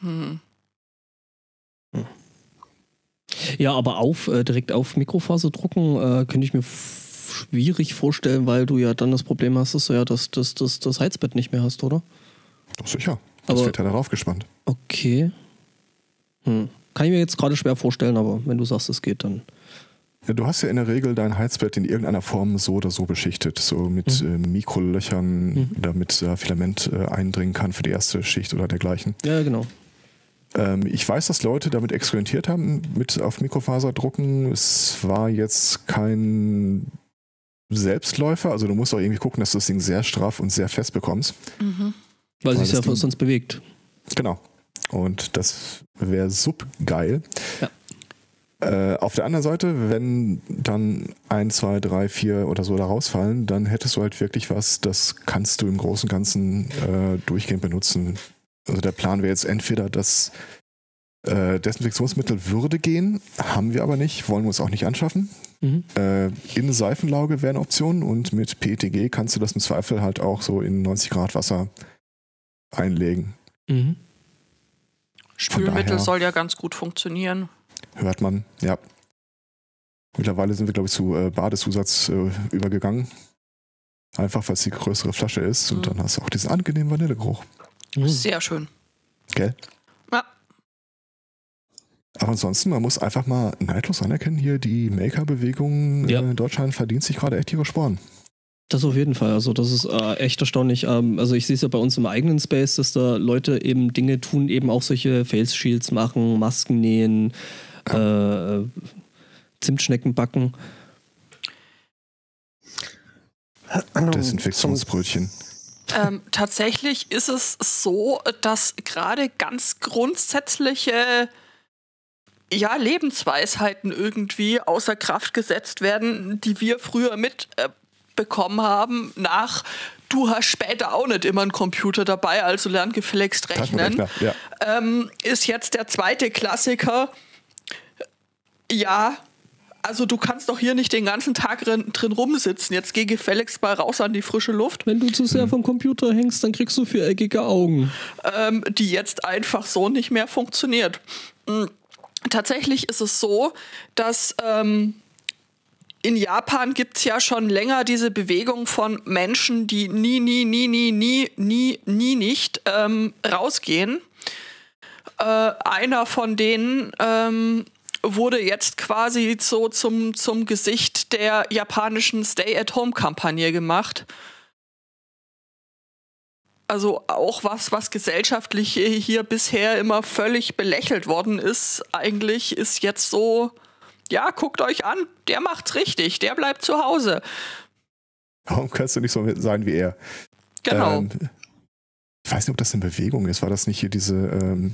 Speaker 4: Ja, aber direkt auf Mikrofaser drucken könnte ich mir schwierig vorstellen, weil du ja dann das Problem hast, dass du ja das Heizbett nicht mehr hast, oder?
Speaker 3: Doch sicher. Das wird ja darauf gespannt.
Speaker 4: Okay. Kann ich mir jetzt gerade schwer vorstellen, aber wenn du sagst, es geht, dann...
Speaker 3: Ja, du hast ja in der Regel dein Heizbett in irgendeiner Form so oder so beschichtet, so mit Mikrolöchern, damit Filament eindringen kann für die erste Schicht oder dergleichen.
Speaker 4: Ja, genau.
Speaker 3: Ich weiß, dass Leute damit experimentiert haben, mit auf Mikrofaser drucken. Es war jetzt kein Selbstläufer, also du musst auch irgendwie gucken, dass du das Ding sehr straff und sehr fest bekommst.
Speaker 4: Weil sich ja sonst bewegt.
Speaker 3: Genau. Und das wäre subgeil. Ja. Auf der anderen Seite, wenn dann 1, 2, 3, 4 oder so da rausfallen, dann hättest du halt wirklich was, das kannst du im Großen und Ganzen durchgehend benutzen. Also der Plan wäre jetzt entweder, das Desinfektionsmittel würde gehen, haben wir aber nicht, wollen wir uns auch nicht anschaffen. In Seifenlauge wäre eine Option und mit PETG kannst du das im Zweifel halt auch so in 90 Grad Wasser einlegen.
Speaker 1: Spülmittel soll ja ganz gut funktionieren.
Speaker 3: Hört man, ja. Mittlerweile sind wir, glaube ich, zu Badezusatz übergegangen. Einfach, weil es die größere Flasche ist und dann hast du auch diesen angenehmen Vanillegeruch.
Speaker 1: Sehr schön.
Speaker 3: Gell?
Speaker 1: Ja.
Speaker 3: Aber ansonsten, man muss einfach mal neidlos anerkennen, hier die Maker-Bewegung in Deutschland verdient sich gerade echt ihre Sporen.
Speaker 4: Das auf jeden Fall. Also das ist echt erstaunlich. Also ich sehe es ja bei uns im eigenen Space, dass da Leute eben Dinge tun, eben auch solche Face Shields machen, Masken nähen, Zimtschnecken backen.
Speaker 3: Desinfektionsbrötchen.
Speaker 1: Tatsächlich ist es so, dass gerade ganz grundsätzliche Lebensweisheiten irgendwie außer Kraft gesetzt werden, die wir früher mitbekommen haben, nach du hast später auch nicht immer einen Computer dabei, also lern gefälligst rechnen. Ja. Ist jetzt der zweite Klassiker. Ja, also du kannst doch hier nicht den ganzen Tag drin rumsitzen. Jetzt geh gefälligst mal raus an die frische Luft.
Speaker 4: Wenn du zu sehr vom Computer hängst, dann kriegst du viereckige Augen.
Speaker 1: Die jetzt einfach so nicht mehr funktioniert. Tatsächlich ist es so, dass in Japan gibt es ja schon länger diese Bewegung von Menschen, die nie nicht rausgehen. Einer von denen wurde jetzt quasi so zum Gesicht der japanischen Stay-at-Home-Kampagne gemacht. Also auch was gesellschaftlich hier bisher immer völlig belächelt worden ist, eigentlich ist jetzt so, ja, guckt euch an, der macht's richtig, der bleibt zu Hause.
Speaker 3: Warum kannst du nicht so sein wie er?
Speaker 1: Genau.
Speaker 3: Ich weiß nicht, ob das eine Bewegung ist. War das nicht hier diese,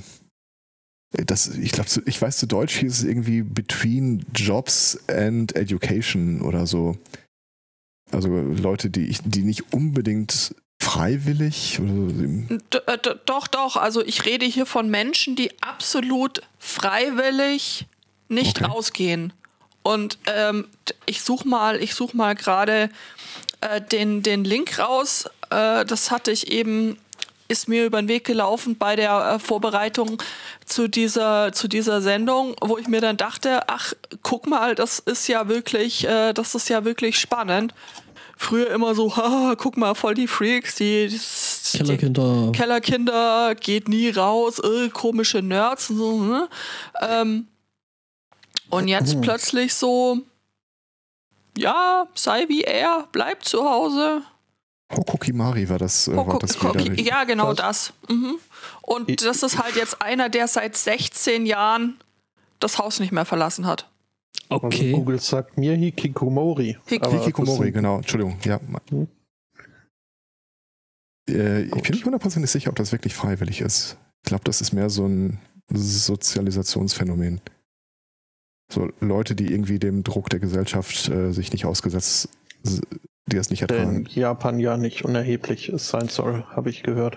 Speaker 3: ich weiß, zu Deutsch hieß es irgendwie Between Jobs and Education oder so. Also Leute, die nicht unbedingt freiwillig oder
Speaker 1: Doch. Also ich rede hier von Menschen, die absolut freiwillig nicht rausgehen. Und ich suche mal gerade den Link raus. Das hatte ich eben, ist mir über den Weg gelaufen bei der Vorbereitung zu dieser Sendung, wo ich mir dann dachte, ach, guck mal, das ist ja wirklich spannend. Früher immer so, guck mal, voll die Freaks, die Kellerkinder, geht nie raus, komische Nerds und so. Ne? Und jetzt plötzlich so, ja, sei wie er, bleib zu Hause.
Speaker 3: Hokokimari war das.
Speaker 1: Ja, genau das. Mhm. Und das ist halt jetzt einer, der seit 16 Jahren das Haus nicht mehr verlassen hat.
Speaker 2: Okay. Also Google sagt mir Hikikomori.
Speaker 3: Hikikomori, genau. Entschuldigung. Ja. Ich bin nicht 100% sicher, ob das wirklich freiwillig ist. Ich glaube, das ist mehr so ein Sozialisationsphänomen. So Leute, die irgendwie dem Druck der Gesellschaft sich nicht ausgesetzt, die das nicht ertragen.
Speaker 2: In Japan ja nicht unerheblich sein soll, habe ich gehört.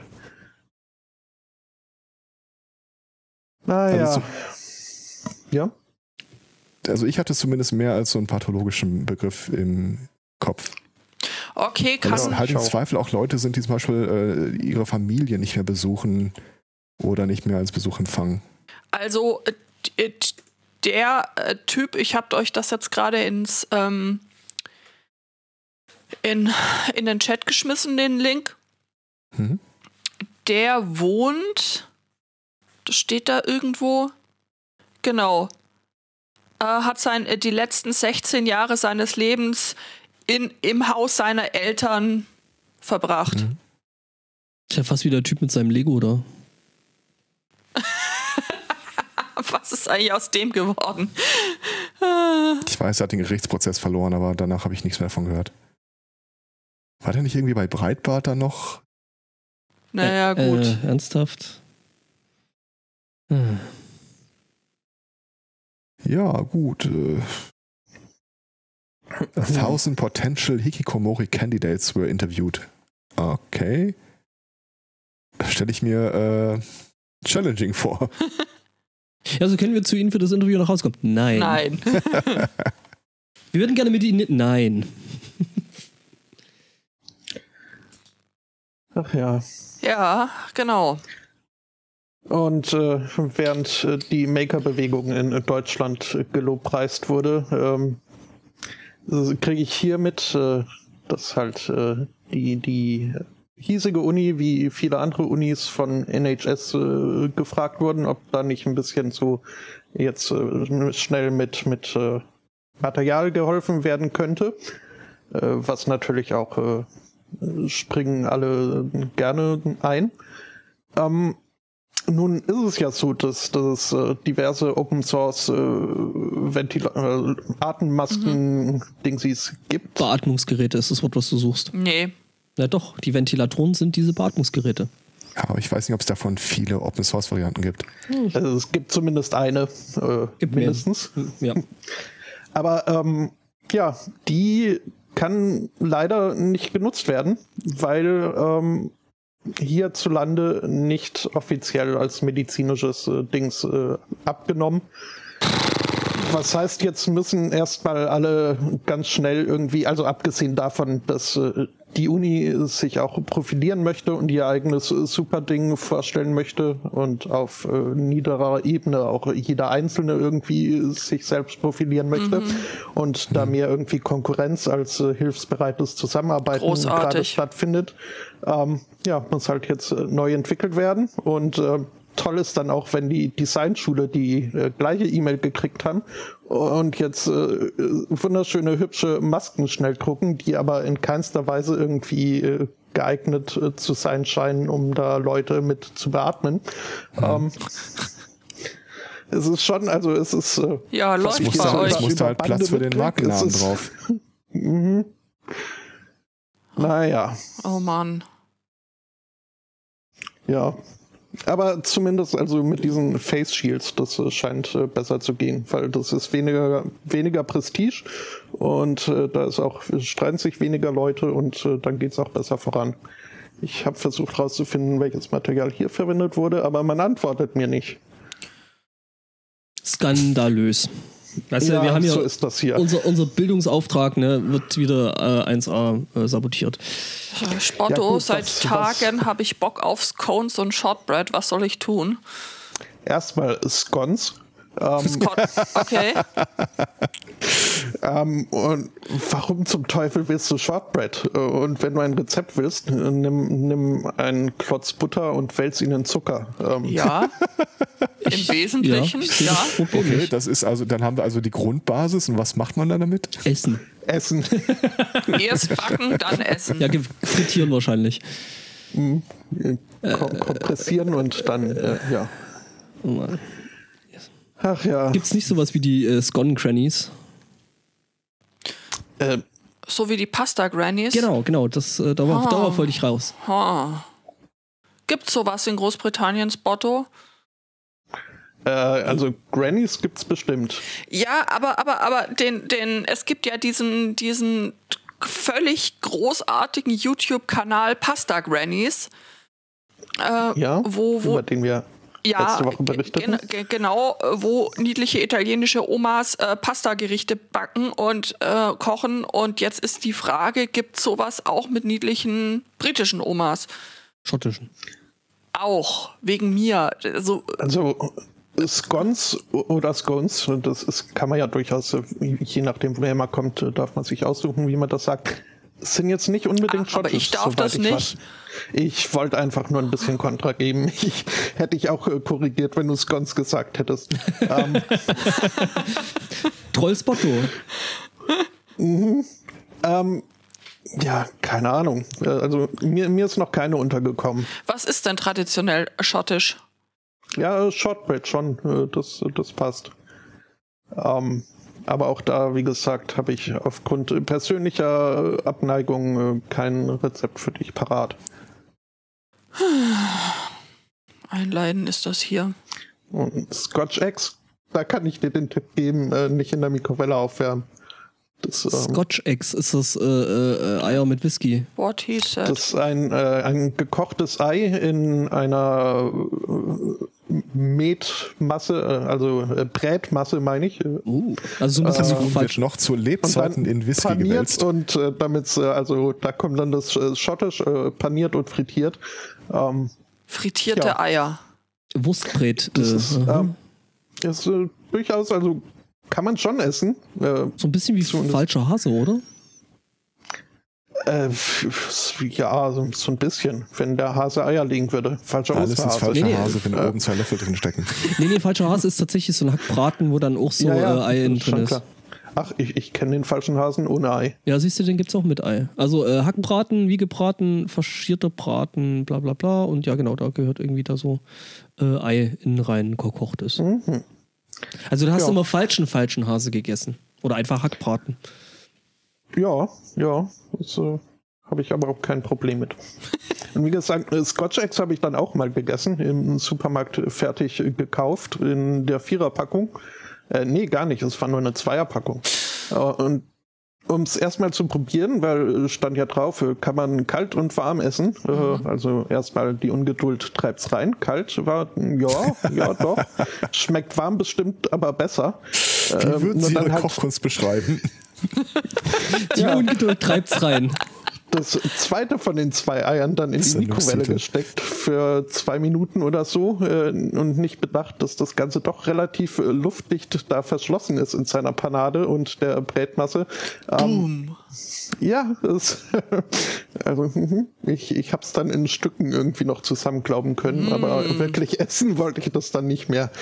Speaker 2: Naja. Ja?
Speaker 3: Also ich hatte zumindest mehr als so einen pathologischen Begriff im Kopf.
Speaker 1: Okay, kann
Speaker 3: es halt im Zweifel auch Leute sind, die zum Beispiel ihre Familie nicht mehr besuchen oder nicht mehr als Besuch empfangen.
Speaker 1: Also der Typ, ich habe euch das jetzt gerade in den Chat geschmissen, den Link. Der wohnt, das steht da irgendwo, genau, hat die letzten 16 Jahre seines Lebens im Haus seiner Eltern verbracht.
Speaker 4: Ist ja fast wie der Typ mit seinem Lego, oder?
Speaker 1: Was ist eigentlich aus dem geworden?
Speaker 3: Ich weiß, er hat den Gerichtsprozess verloren, aber danach habe ich nichts mehr davon gehört. War der nicht irgendwie bei Breitbart da noch?
Speaker 1: Naja, gut.
Speaker 4: Ernsthaft?
Speaker 3: Ja, gut. 1000 potential Hikikomori candidates were interviewed. Okay. Stelle ich mir challenging vor.
Speaker 4: Also können wir zu Ihnen für das Interview noch rauskommen? Nein. Wir würden gerne mit Ihnen... Nein.
Speaker 2: Ach ja.
Speaker 1: Ja, genau.
Speaker 2: Und während die Maker-Bewegung in Deutschland gelobpreist wurde, kriege ich hier mit, dass halt die hiesige Uni wie viele andere Unis von NHS gefragt wurden, ob da nicht ein bisschen so jetzt schnell mit Material geholfen werden könnte, was natürlich auch springen alle gerne ein. Nun ist es ja so, dass es diverse Open-Source Atemmasken-Dingsies gibt.
Speaker 4: Beatmungsgeräte ist das Wort, was du suchst.
Speaker 1: Nee.
Speaker 4: Na doch, die Ventilatoren sind diese Beatmungsgeräte.
Speaker 3: Ja, aber ich weiß nicht, ob es davon viele Open-Source-Varianten gibt.
Speaker 2: Also es gibt zumindest eine, mindestens.
Speaker 4: Ja.
Speaker 2: Aber ja, die kann leider nicht genutzt werden, weil hierzulande nicht offiziell als medizinisches Dings abgenommen. Was heißt, jetzt müssen erstmal alle ganz schnell irgendwie, also abgesehen davon, dass die Uni sich auch profilieren möchte und ihr eigenes Superding vorstellen möchte und auf niederer Ebene auch jeder Einzelne irgendwie sich selbst profilieren möchte und da mehr irgendwie Konkurrenz als hilfsbereites Zusammenarbeiten gerade stattfindet. Ja, muss halt jetzt neu entwickelt werden und toll ist dann auch, wenn die Designschule die gleiche E-Mail gekriegt haben und jetzt wunderschöne, hübsche Masken schnell drucken, die aber in keinster Weise irgendwie geeignet zu sein scheinen, um da Leute mit zu beatmen. Es ist schon, also es ist...
Speaker 1: ja, läuft bei euch.
Speaker 3: Es muss halt Platz für den Markennamen drauf.
Speaker 2: Naja.
Speaker 1: Oh Mann.
Speaker 2: Ja. Aber zumindest also mit diesen Face Shields, das scheint besser zu gehen, weil das ist weniger Prestige und da ist auch, streiten sich weniger Leute und dann geht es auch besser voran. Ich habe versucht herauszufinden, welches Material hier verwendet wurde, aber man antwortet mir nicht.
Speaker 4: Skandalös. Weißt du, wir haben
Speaker 2: so ist das hier.
Speaker 4: Unser Bildungsauftrag, ne, wird wieder 1A sabotiert.
Speaker 1: Spotto,
Speaker 2: Ja, gut,
Speaker 1: seit Tagen habe ich Bock auf Scones und Shortbread. Was soll ich tun?
Speaker 2: Erstmal Scones.
Speaker 1: Okay.
Speaker 2: Und warum zum Teufel willst du Shortbread? Und wenn du ein Rezept willst, nimm einen Klotz Butter und wälz ihn in Zucker.
Speaker 1: Ja, im Wesentlichen, ja.
Speaker 3: Okay, das ist also, dann haben wir also die Grundbasis und was macht man dann damit?
Speaker 4: Essen.
Speaker 1: Erst backen, dann essen.
Speaker 4: Ja, frittieren wahrscheinlich.
Speaker 2: Kompressieren und dann, ja. Ach ja.
Speaker 4: Gibt's nicht sowas wie die Scone-Crannies?
Speaker 1: So wie die Pasta-Grannies?
Speaker 4: Genau, das, darauf wollte ich raus.
Speaker 1: Gibt's sowas in Großbritannien, Spotto?
Speaker 2: Also Grannies gibt's bestimmt.
Speaker 1: Ja, aber es gibt ja diesen völlig großartigen YouTube-Kanal Pasta Grannies.
Speaker 2: Über den wir letzte Woche berichteten.
Speaker 1: Genau, wo niedliche italienische Omas Pasta-Gerichte backen und kochen. Und jetzt ist die Frage, gibt es sowas auch mit niedlichen britischen Omas?
Speaker 4: Schottischen.
Speaker 1: Auch, wegen mir.
Speaker 2: Also Scones oder Scones, kann man ja durchaus, je nachdem, woher man kommt, darf man sich aussuchen, wie man das sagt. Sind jetzt nicht unbedingt schottisch.
Speaker 1: Aber ich darf das nicht.
Speaker 2: Ich wollte einfach nur ein bisschen Kontra geben. Hätte ich auch korrigiert, wenn du Scones gesagt hättest.
Speaker 4: Trollspotto.
Speaker 2: Ja, keine Ahnung. Also mir ist noch keine untergekommen.
Speaker 1: Was ist denn traditionell schottisch?
Speaker 2: Ja, Shortbread schon. Das passt. Aber auch da, wie gesagt, habe ich aufgrund persönlicher Abneigung kein Rezept für dich parat.
Speaker 1: Ein Leiden ist das hier.
Speaker 2: Und Scotch Eggs, da kann ich dir den Tipp geben, nicht in der Mikrowelle aufwärmen.
Speaker 4: Scotch Eggs, ist das Eier mit Whisky?
Speaker 1: What he said.
Speaker 2: Das ist ein gekochtes Ei in einer Metmasse, also Brätmasse, meine ich.
Speaker 4: Also so ein bisschen
Speaker 3: falsch. Noch zu Lebzeiten in Whisky
Speaker 2: paniert
Speaker 3: gewälzt.
Speaker 2: Und damit, also da kommt dann das Schottisch paniert und frittiert.
Speaker 1: Frittierte Eier.
Speaker 4: Wurstbrät.
Speaker 2: Das ist durchaus, also kann man schon essen.
Speaker 4: So ein bisschen wie falscher Hase, oder?
Speaker 2: Ja, so ein bisschen. Wenn der Hase Eier legen würde. Falscher
Speaker 3: Alles ist falscher Hase, wenn oben 2 Löffel drin stecken.
Speaker 4: Nee, falscher Hase ist tatsächlich so ein Hackbraten, wo dann auch so Ei drin ist.
Speaker 2: Klar. Ach, ich kenne den falschen Hasen ohne Ei.
Speaker 4: Ja, siehst du, den gibt's auch mit Ei. Also Hackbraten, wie gebraten, faschierter Braten, bla bla bla. Und ja, genau, da gehört irgendwie da so Ei in rein gekochtes. Mhm. Also du hast immer falschen Hase gegessen. Oder einfach Hackbraten.
Speaker 2: Ja. Das habe ich aber auch kein Problem mit. Und wie gesagt, Scotch Eggs habe ich dann auch mal gegessen, im Supermarkt fertig gekauft, in der 4er-Packung. Nee, gar nicht, es war nur eine 2er-Packung. Und um es erstmal zu probieren, weil stand ja drauf, kann man kalt und warm essen. Also erstmal die Ungeduld treibt's rein. Kalt war, ja doch. Schmeckt warm bestimmt, aber besser.
Speaker 3: Wie würden Sie Ihre Kochkunst beschreiben?
Speaker 4: Die Ungeduld treibt's rein.
Speaker 2: Das zweite von den 2 Eiern dann in die Mikrowelle gesteckt für 2 Minuten oder so und nicht bedacht, dass das Ganze doch relativ luftdicht da verschlossen ist in seiner Panade und der Brätmasse. Ja, also ich habe es dann in Stücken irgendwie noch zusammenklauben können, aber wirklich essen wollte ich das dann nicht mehr.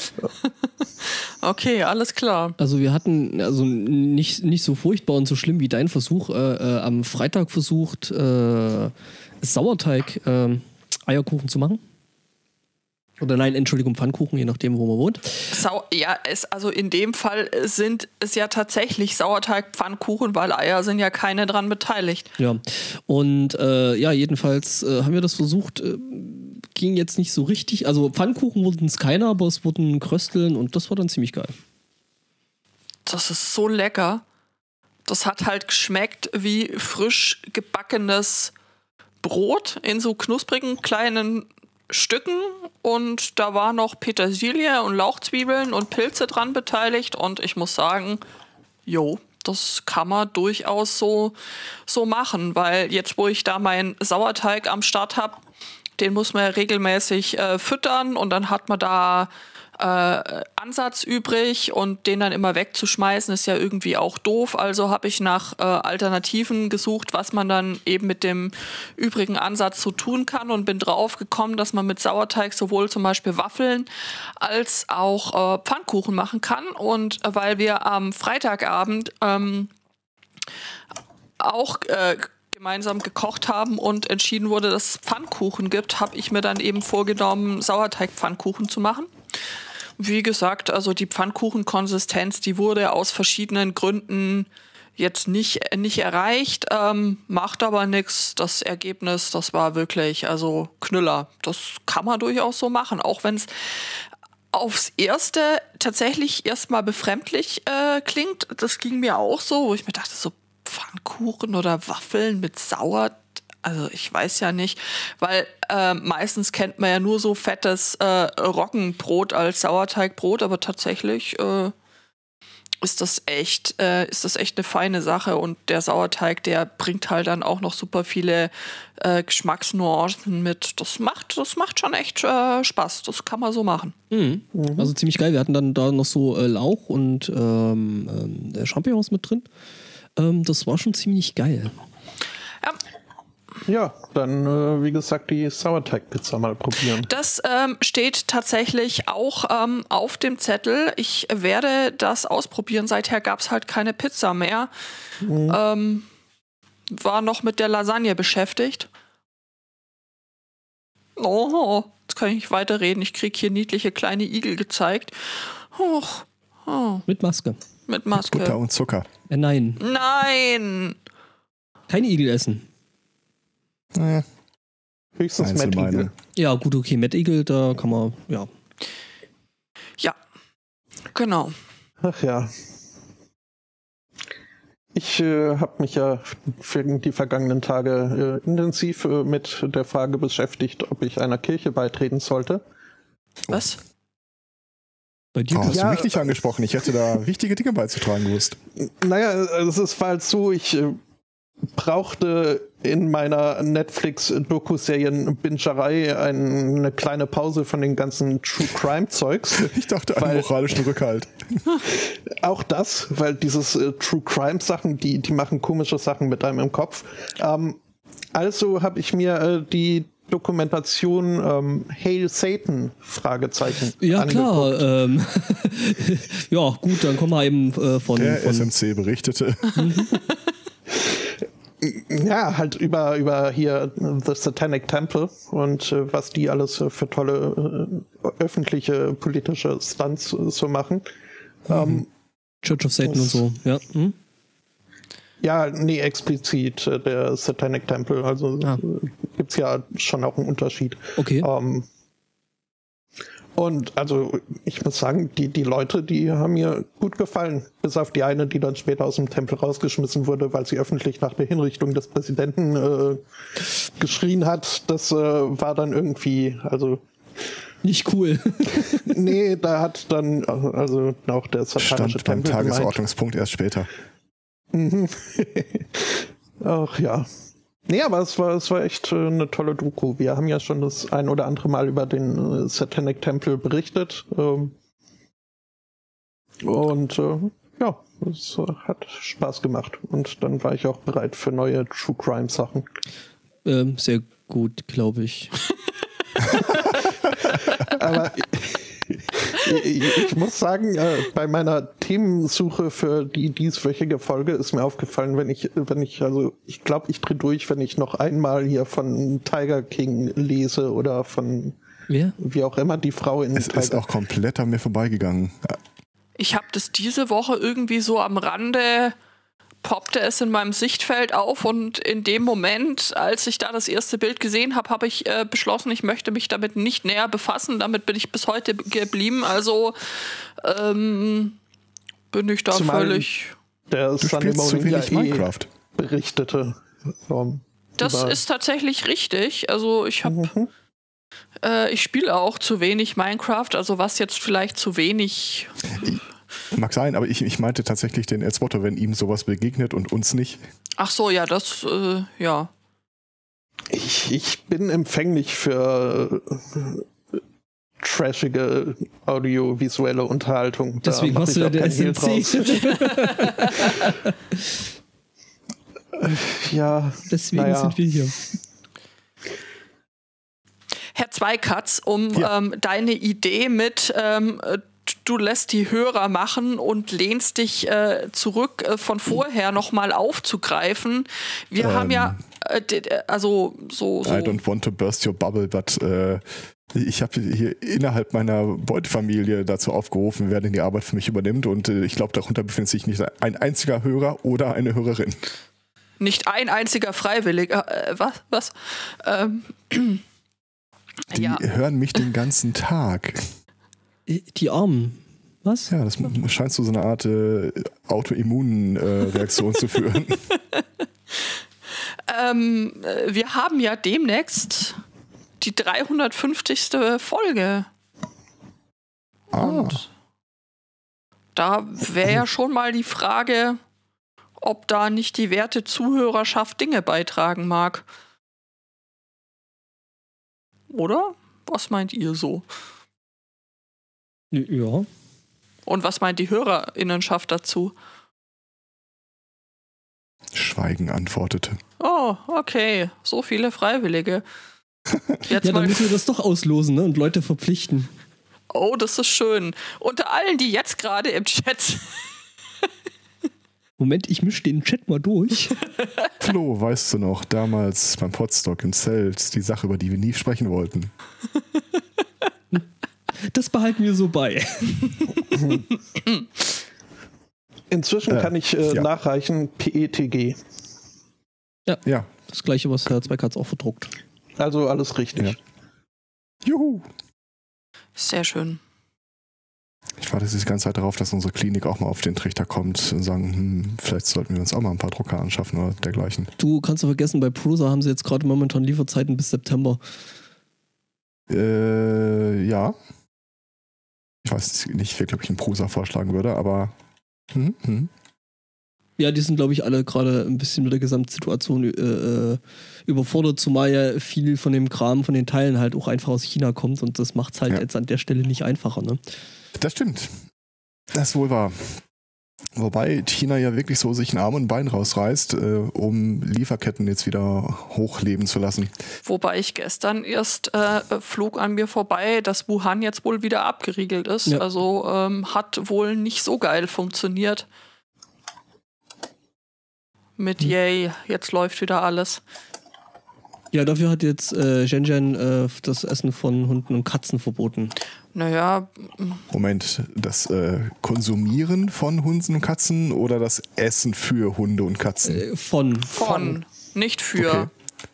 Speaker 1: Okay, alles klar.
Speaker 4: Also wir hatten nicht so furchtbar und so schlimm wie dein Versuch am Freitag versucht, Sauerteig Eierkuchen zu machen. Oder nein, Entschuldigung, Pfannkuchen, je nachdem, wo man wohnt.
Speaker 1: Also in dem Fall sind es ja tatsächlich Sauerteig-Pfannkuchen, weil Eier sind ja keine dran beteiligt.
Speaker 4: Ja, und jedenfalls haben wir das versucht, ging jetzt nicht so richtig. Also Pfannkuchen wurden es keiner, aber es wurden Krösteln und das war dann ziemlich geil.
Speaker 1: Das ist so lecker. Das hat halt geschmeckt wie frisch gebackenes Brot in so knusprigen kleinen Stücken und da war noch Petersilie und Lauchzwiebeln und Pilze dran beteiligt und ich muss sagen, das kann man durchaus so machen, weil jetzt, wo ich da meinen Sauerteig am Start habe, den muss man ja regelmäßig füttern und dann hat man da Ansatz übrig und den dann immer wegzuschmeißen ist ja irgendwie auch doof. Also habe ich nach Alternativen gesucht, was man dann eben mit dem übrigen Ansatz so tun kann und bin drauf gekommen, dass man mit Sauerteig sowohl zum Beispiel Waffeln als auch Pfannkuchen machen kann. Und weil wir am Freitagabend auch gemeinsam gekocht haben und entschieden wurde, dass es Pfannkuchen gibt, habe ich mir dann eben vorgenommen, Sauerteig-Pfannkuchen zu machen. Wie gesagt, also die Pfannkuchenkonsistenz, die wurde aus verschiedenen Gründen jetzt nicht erreicht, macht aber nichts. Das Ergebnis, das war wirklich, also Knüller. Das kann man durchaus so machen, auch wenn es aufs Erste tatsächlich erstmal befremdlich klingt. Das ging mir auch so, wo ich mir dachte, so Pfannkuchen oder Waffeln mit Sauerteig. Also ich weiß ja nicht, weil meistens kennt man ja nur so fettes Roggenbrot als Sauerteigbrot, aber tatsächlich ist das echt eine feine Sache und der Sauerteig, der bringt halt dann auch noch super viele Geschmacksnuancen mit. Das macht schon echt Spaß. Das kann man so machen.
Speaker 4: Also ziemlich geil. Wir hatten dann da noch so Lauch und Champignons mit drin. Das war schon ziemlich geil.
Speaker 2: Ja, dann, wie gesagt, die Sauerteigpizza mal probieren.
Speaker 1: Das steht tatsächlich auch auf dem Zettel. Ich werde das ausprobieren. Seither gab es halt keine Pizza mehr. War noch mit der Lasagne beschäftigt. Oh, jetzt kann ich nicht weiterreden. Ich kriege hier niedliche kleine Igel gezeigt.
Speaker 4: Mit Maske.
Speaker 1: Mit Maske.
Speaker 3: Butter und Zucker.
Speaker 4: Nein.
Speaker 1: Nein!
Speaker 4: Kein Igel essen.
Speaker 3: Naja.
Speaker 2: Höchstens Mettigel.
Speaker 4: Ja, gut, okay, Mettigel, da kann man, ja.
Speaker 1: Ja, genau.
Speaker 2: Ach ja. Ich habe mich ja für die vergangenen Tage intensiv mit der Frage beschäftigt, ob ich einer Kirche beitreten sollte.
Speaker 1: Was?
Speaker 4: Bei dir
Speaker 3: hast du mich nicht angesprochen. Ich hätte da wichtige Dinge beizutragen gewusst.
Speaker 2: Naja, es war halt so, ich brauchte in meiner Netflix-Doku-Serien-Bingerei eine kleine Pause von den ganzen True-Crime-Zeugs.
Speaker 3: Ich dachte einen moralischen Rückhalt.
Speaker 2: Auch das, weil dieses True-Crime-Sachen, die machen komische Sachen mit einem im Kopf. Also habe ich mir die Dokumentation Hail Satan Fragezeichen
Speaker 4: ja,
Speaker 2: angeguckt.
Speaker 4: Klar. Ja, gut, dann kommen wir eben von
Speaker 3: SMC berichtete.
Speaker 2: Ja, halt über hier The Satanic Temple und was die alles für tolle öffentliche politische Stunts so machen.
Speaker 4: Church of Satan und so, ja.
Speaker 2: Ja, nee, explizit der Satanic Temple. Also gibt's ja schon auch einen Unterschied.
Speaker 4: Okay.
Speaker 2: Und also ich muss sagen, die Leute, die haben mir gut gefallen. Bis auf die eine, die dann später aus dem Tempel rausgeschmissen wurde, weil sie öffentlich nach der Hinrichtung des Präsidenten geschrien hat. Das war dann irgendwie, also...
Speaker 4: Nicht cool.
Speaker 2: Nee, da hat dann also auch der satanische
Speaker 3: Stand beim
Speaker 2: Tempel
Speaker 3: Tagesordnungspunkt erst später.
Speaker 2: Ach ja. Nee, aber es war echt eine tolle Doku. Wir haben ja schon das ein oder andere Mal über den Satanic Temple berichtet. Ja, es hat Spaß gemacht. Und dann war ich auch bereit für neue True Crime Sachen.
Speaker 4: Sehr gut, glaube ich.
Speaker 2: Aber ich muss sagen, bei meiner Themensuche für die dieswöchige Folge ist mir aufgefallen, wenn ich glaube, ich drehe durch, wenn ich noch einmal hier von Tiger King lese oder von wie auch immer die Frau in
Speaker 3: Es
Speaker 2: Tiger.
Speaker 3: ist auch komplett an mir vorbeigegangen.
Speaker 1: Ich habe das diese Woche irgendwie so am Rande, poppte es in meinem Sichtfeld auf und in dem Moment, als ich da das erste Bild gesehen habe, habe ich beschlossen, ich möchte mich damit nicht näher befassen. Damit bin ich bis heute geblieben. Also bin ich da völlig...
Speaker 2: Der Sunday Morning
Speaker 3: Minecraft
Speaker 2: berichtete.
Speaker 1: Das ist tatsächlich richtig. Also ich habe... ich spiele auch zu wenig Minecraft, also was jetzt vielleicht zu wenig...
Speaker 3: Mag sein, aber ich meinte tatsächlich den Elswatter, wenn ihm sowas begegnet und uns nicht.
Speaker 1: Ach so, ja, das, ja.
Speaker 2: Ich bin empfänglich für trashige audiovisuelle Unterhaltung.
Speaker 4: Deswegen hast du ja der SMC.
Speaker 2: Ja.
Speaker 4: Deswegen sind wir hier.
Speaker 1: Herr Zweikatz, deine Idee mit du lässt die Hörer machen und lehnst dich zurück von vorher nochmal aufzugreifen. Wir haben ja, also so...
Speaker 3: I don't want to burst your bubble, but ich habe hier innerhalb meiner Beutefamilie dazu aufgerufen, wer denn die Arbeit für mich übernimmt und ich glaube, darunter befindet sich nicht ein einziger Hörer oder eine Hörerin.
Speaker 1: Nicht ein einziger Freiwilliger. Was?
Speaker 3: Die hören mich den ganzen Tag.
Speaker 4: Die Armen. Was?
Speaker 3: Ja, das scheint zu so einer Art Autoimmunreaktion zu führen.
Speaker 1: Wir haben ja demnächst die 350. Folge. Und da wäre ja schon mal die Frage, ob da nicht die werte Zuhörerschaft Dinge beitragen mag. Oder? Was meint ihr so?
Speaker 4: Ja.
Speaker 1: Und was meint die HörerInnenschaft dazu?
Speaker 3: Schweigen antwortete.
Speaker 1: Oh, okay. So viele Freiwillige.
Speaker 4: Jetzt dann müssen wir das doch auslosen, ne? Und Leute verpflichten.
Speaker 1: Oh, das ist schön. Unter allen, die jetzt gerade im Chat...
Speaker 4: Moment, ich mische den Chat mal durch.
Speaker 3: Flo, weißt du noch, damals beim Podstock im Zelt, die Sache, über die wir nie sprechen wollten.
Speaker 4: Das behalten wir so bei.
Speaker 2: Inzwischen kann ich nachreichen PETG.
Speaker 3: Ja.
Speaker 4: Das gleiche, was Herr Zweikatz auch verdruckt.
Speaker 2: Also alles richtig.
Speaker 3: Ja. Juhu!
Speaker 1: Sehr schön.
Speaker 3: Ich warte die ganze Zeit darauf, dass unsere Klinik auch mal auf den Trichter kommt und sagen, vielleicht sollten wir uns auch mal ein paar Drucker anschaffen oder dergleichen.
Speaker 4: Du kannst doch vergessen, bei Prusa haben sie jetzt gerade momentan Lieferzeiten bis September.
Speaker 3: Ja. Ich weiß nicht wirklich, ob ich einen Prusa vorschlagen würde, aber
Speaker 4: Ja, die sind, glaube ich, alle gerade ein bisschen mit der Gesamtsituation überfordert, zumal ja viel von dem Kram, von den Teilen halt auch einfach aus China kommt und das macht es halt jetzt an der Stelle nicht einfacher, ne?
Speaker 3: Das stimmt. Das ist wohl wahr. Wobei China ja wirklich so sich einen Arm und ein Bein rausreißt, um Lieferketten jetzt wieder hochleben zu lassen.
Speaker 1: Wobei ich gestern erst flog an mir vorbei, dass Wuhan jetzt wohl wieder abgeriegelt ist. Ja. Also hat wohl nicht so geil funktioniert. Mit yay, jetzt läuft wieder alles.
Speaker 4: Ja, dafür hat jetzt Shenzhen das Essen von Hunden und Katzen verboten.
Speaker 1: Naja.
Speaker 3: Moment, das Konsumieren von Hunden und Katzen oder das Essen für Hunde und Katzen?
Speaker 1: Von. Nicht für.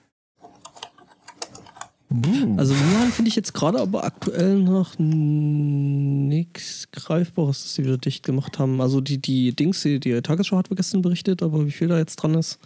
Speaker 3: Okay.
Speaker 4: Also Wuhan finde ich jetzt gerade aber aktuell noch nichts Greifbares, dass sie wieder dicht gemacht haben. Also die Tagesschau hat gestern berichtet, aber wie viel da jetzt dran ist.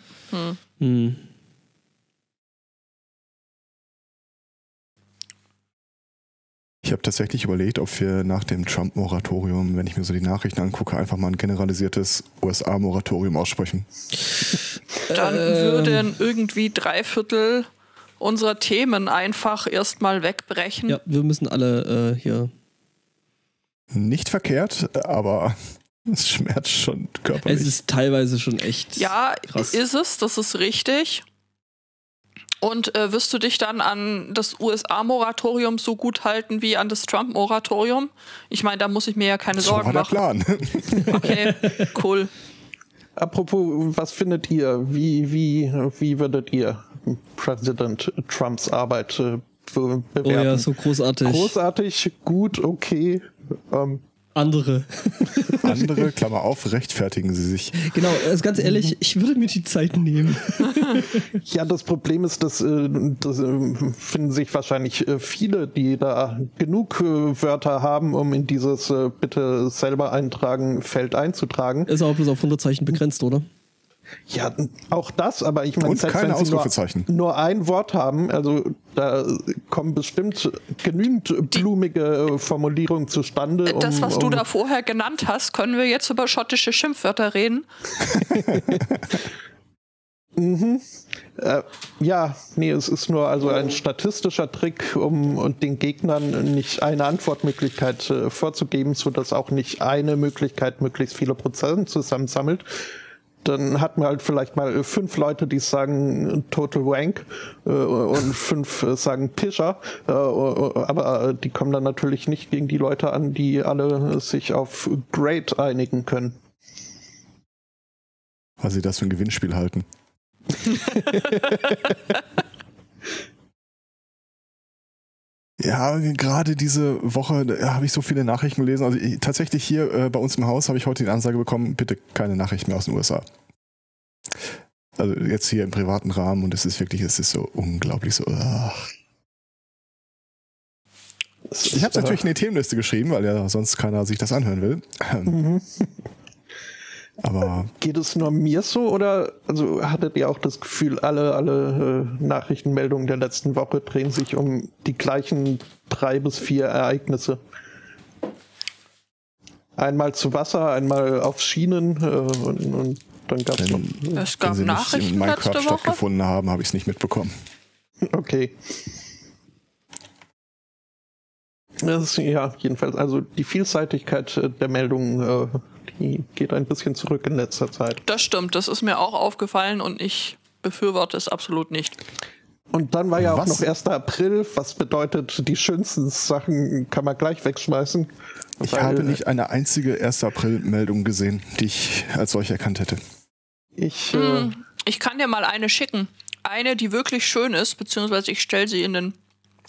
Speaker 3: Ich habe tatsächlich überlegt, ob wir nach dem Trump-Moratorium, wenn ich mir so die Nachrichten angucke, einfach mal ein generalisiertes USA-Moratorium aussprechen.
Speaker 1: Dann würden irgendwie 3/4 unserer Themen einfach erstmal wegbrechen.
Speaker 4: Ja, wir müssen alle hier.
Speaker 3: Nicht verkehrt, aber es schmerzt schon körperlich.
Speaker 4: Es ist teilweise schon echt krass.
Speaker 1: Ist es, das ist richtig. Und wirst du dich dann an das USA-Moratorium so gut halten wie an das Trump-Moratorium? Ich meine, da muss ich mir ja keine Sorgen machen.
Speaker 3: Plan.
Speaker 1: Okay, cool.
Speaker 2: Apropos, was findet ihr? Wie würdet ihr Präsident Trumps Arbeit bewerten?
Speaker 4: Oh ja, so großartig.
Speaker 2: Großartig, gut, okay.
Speaker 4: Andere,
Speaker 3: Klammer auf, rechtfertigen sie sich.
Speaker 4: Genau, also ganz ehrlich, ich würde mir die Zeit nehmen.
Speaker 2: Ja, das Problem ist, dass finden sich wahrscheinlich viele, die da genug Wörter haben, um in dieses bitte selber eintragen Feld einzutragen.
Speaker 4: Ist auch bloß auf 100 Zeichen begrenzt, oder?
Speaker 2: Ja, auch das, aber ich meine,
Speaker 3: Und
Speaker 2: selbst
Speaker 3: keine
Speaker 2: wenn sie
Speaker 3: Ausrufezeichen.
Speaker 2: nur ein Wort haben, also da kommen bestimmt genügend blumige Formulierungen zustande.
Speaker 1: Das, was du da vorher genannt hast, können wir jetzt über schottische Schimpfwörter reden?
Speaker 2: Ja, nee, es ist nur also ein statistischer Trick, um den Gegnern nicht eine Antwortmöglichkeit vorzugeben, sodass auch nicht eine Möglichkeit möglichst viele Prozent zusammensammelt. Dann hat man halt vielleicht mal 5 Leute, die sagen Total Wank und 5 sagen Pischer, aber die kommen dann natürlich nicht gegen die Leute an, die alle sich auf Great einigen können.
Speaker 3: Weil sie das für ein Gewinnspiel halten. Ja, gerade diese Woche habe ich so viele Nachrichten gelesen. Also tatsächlich hier bei uns im Haus habe ich heute die Ansage bekommen, bitte keine Nachrichten mehr aus den USA. Also jetzt hier im privaten Rahmen und es ist so unglaublich so. Ich habe es natürlich in die Themenliste geschrieben, weil ja sonst keiner sich das anhören will. Aber
Speaker 2: geht es nur mir so oder also hattet ihr auch das Gefühl, alle Nachrichtenmeldungen der letzten Woche drehen sich um die gleichen 3 bis 4 Ereignisse? Einmal zu Wasser, einmal auf Schienen und dann gab es noch...
Speaker 1: Es gab
Speaker 3: wenn sie
Speaker 1: Nachrichten
Speaker 3: nicht in Minecraft
Speaker 1: letzte Woche.
Speaker 3: stattgefunden haben, habe ich es nicht mitbekommen.
Speaker 2: Okay. Das ist, ja, jedenfalls, also die Vielseitigkeit der Meldungen, die geht ein bisschen zurück in letzter Zeit.
Speaker 1: Das stimmt, das ist mir auch aufgefallen und ich befürworte es absolut nicht.
Speaker 2: Und dann war ja auch noch 1. April, was bedeutet, die schönsten Sachen kann man gleich wegschmeißen.
Speaker 3: Ich habe nicht eine einzige 1. April-Meldung gesehen, die ich als solche erkannt hätte.
Speaker 2: Ich
Speaker 1: kann dir mal eine schicken. Eine, die wirklich schön ist, beziehungsweise ich stelle sie in den...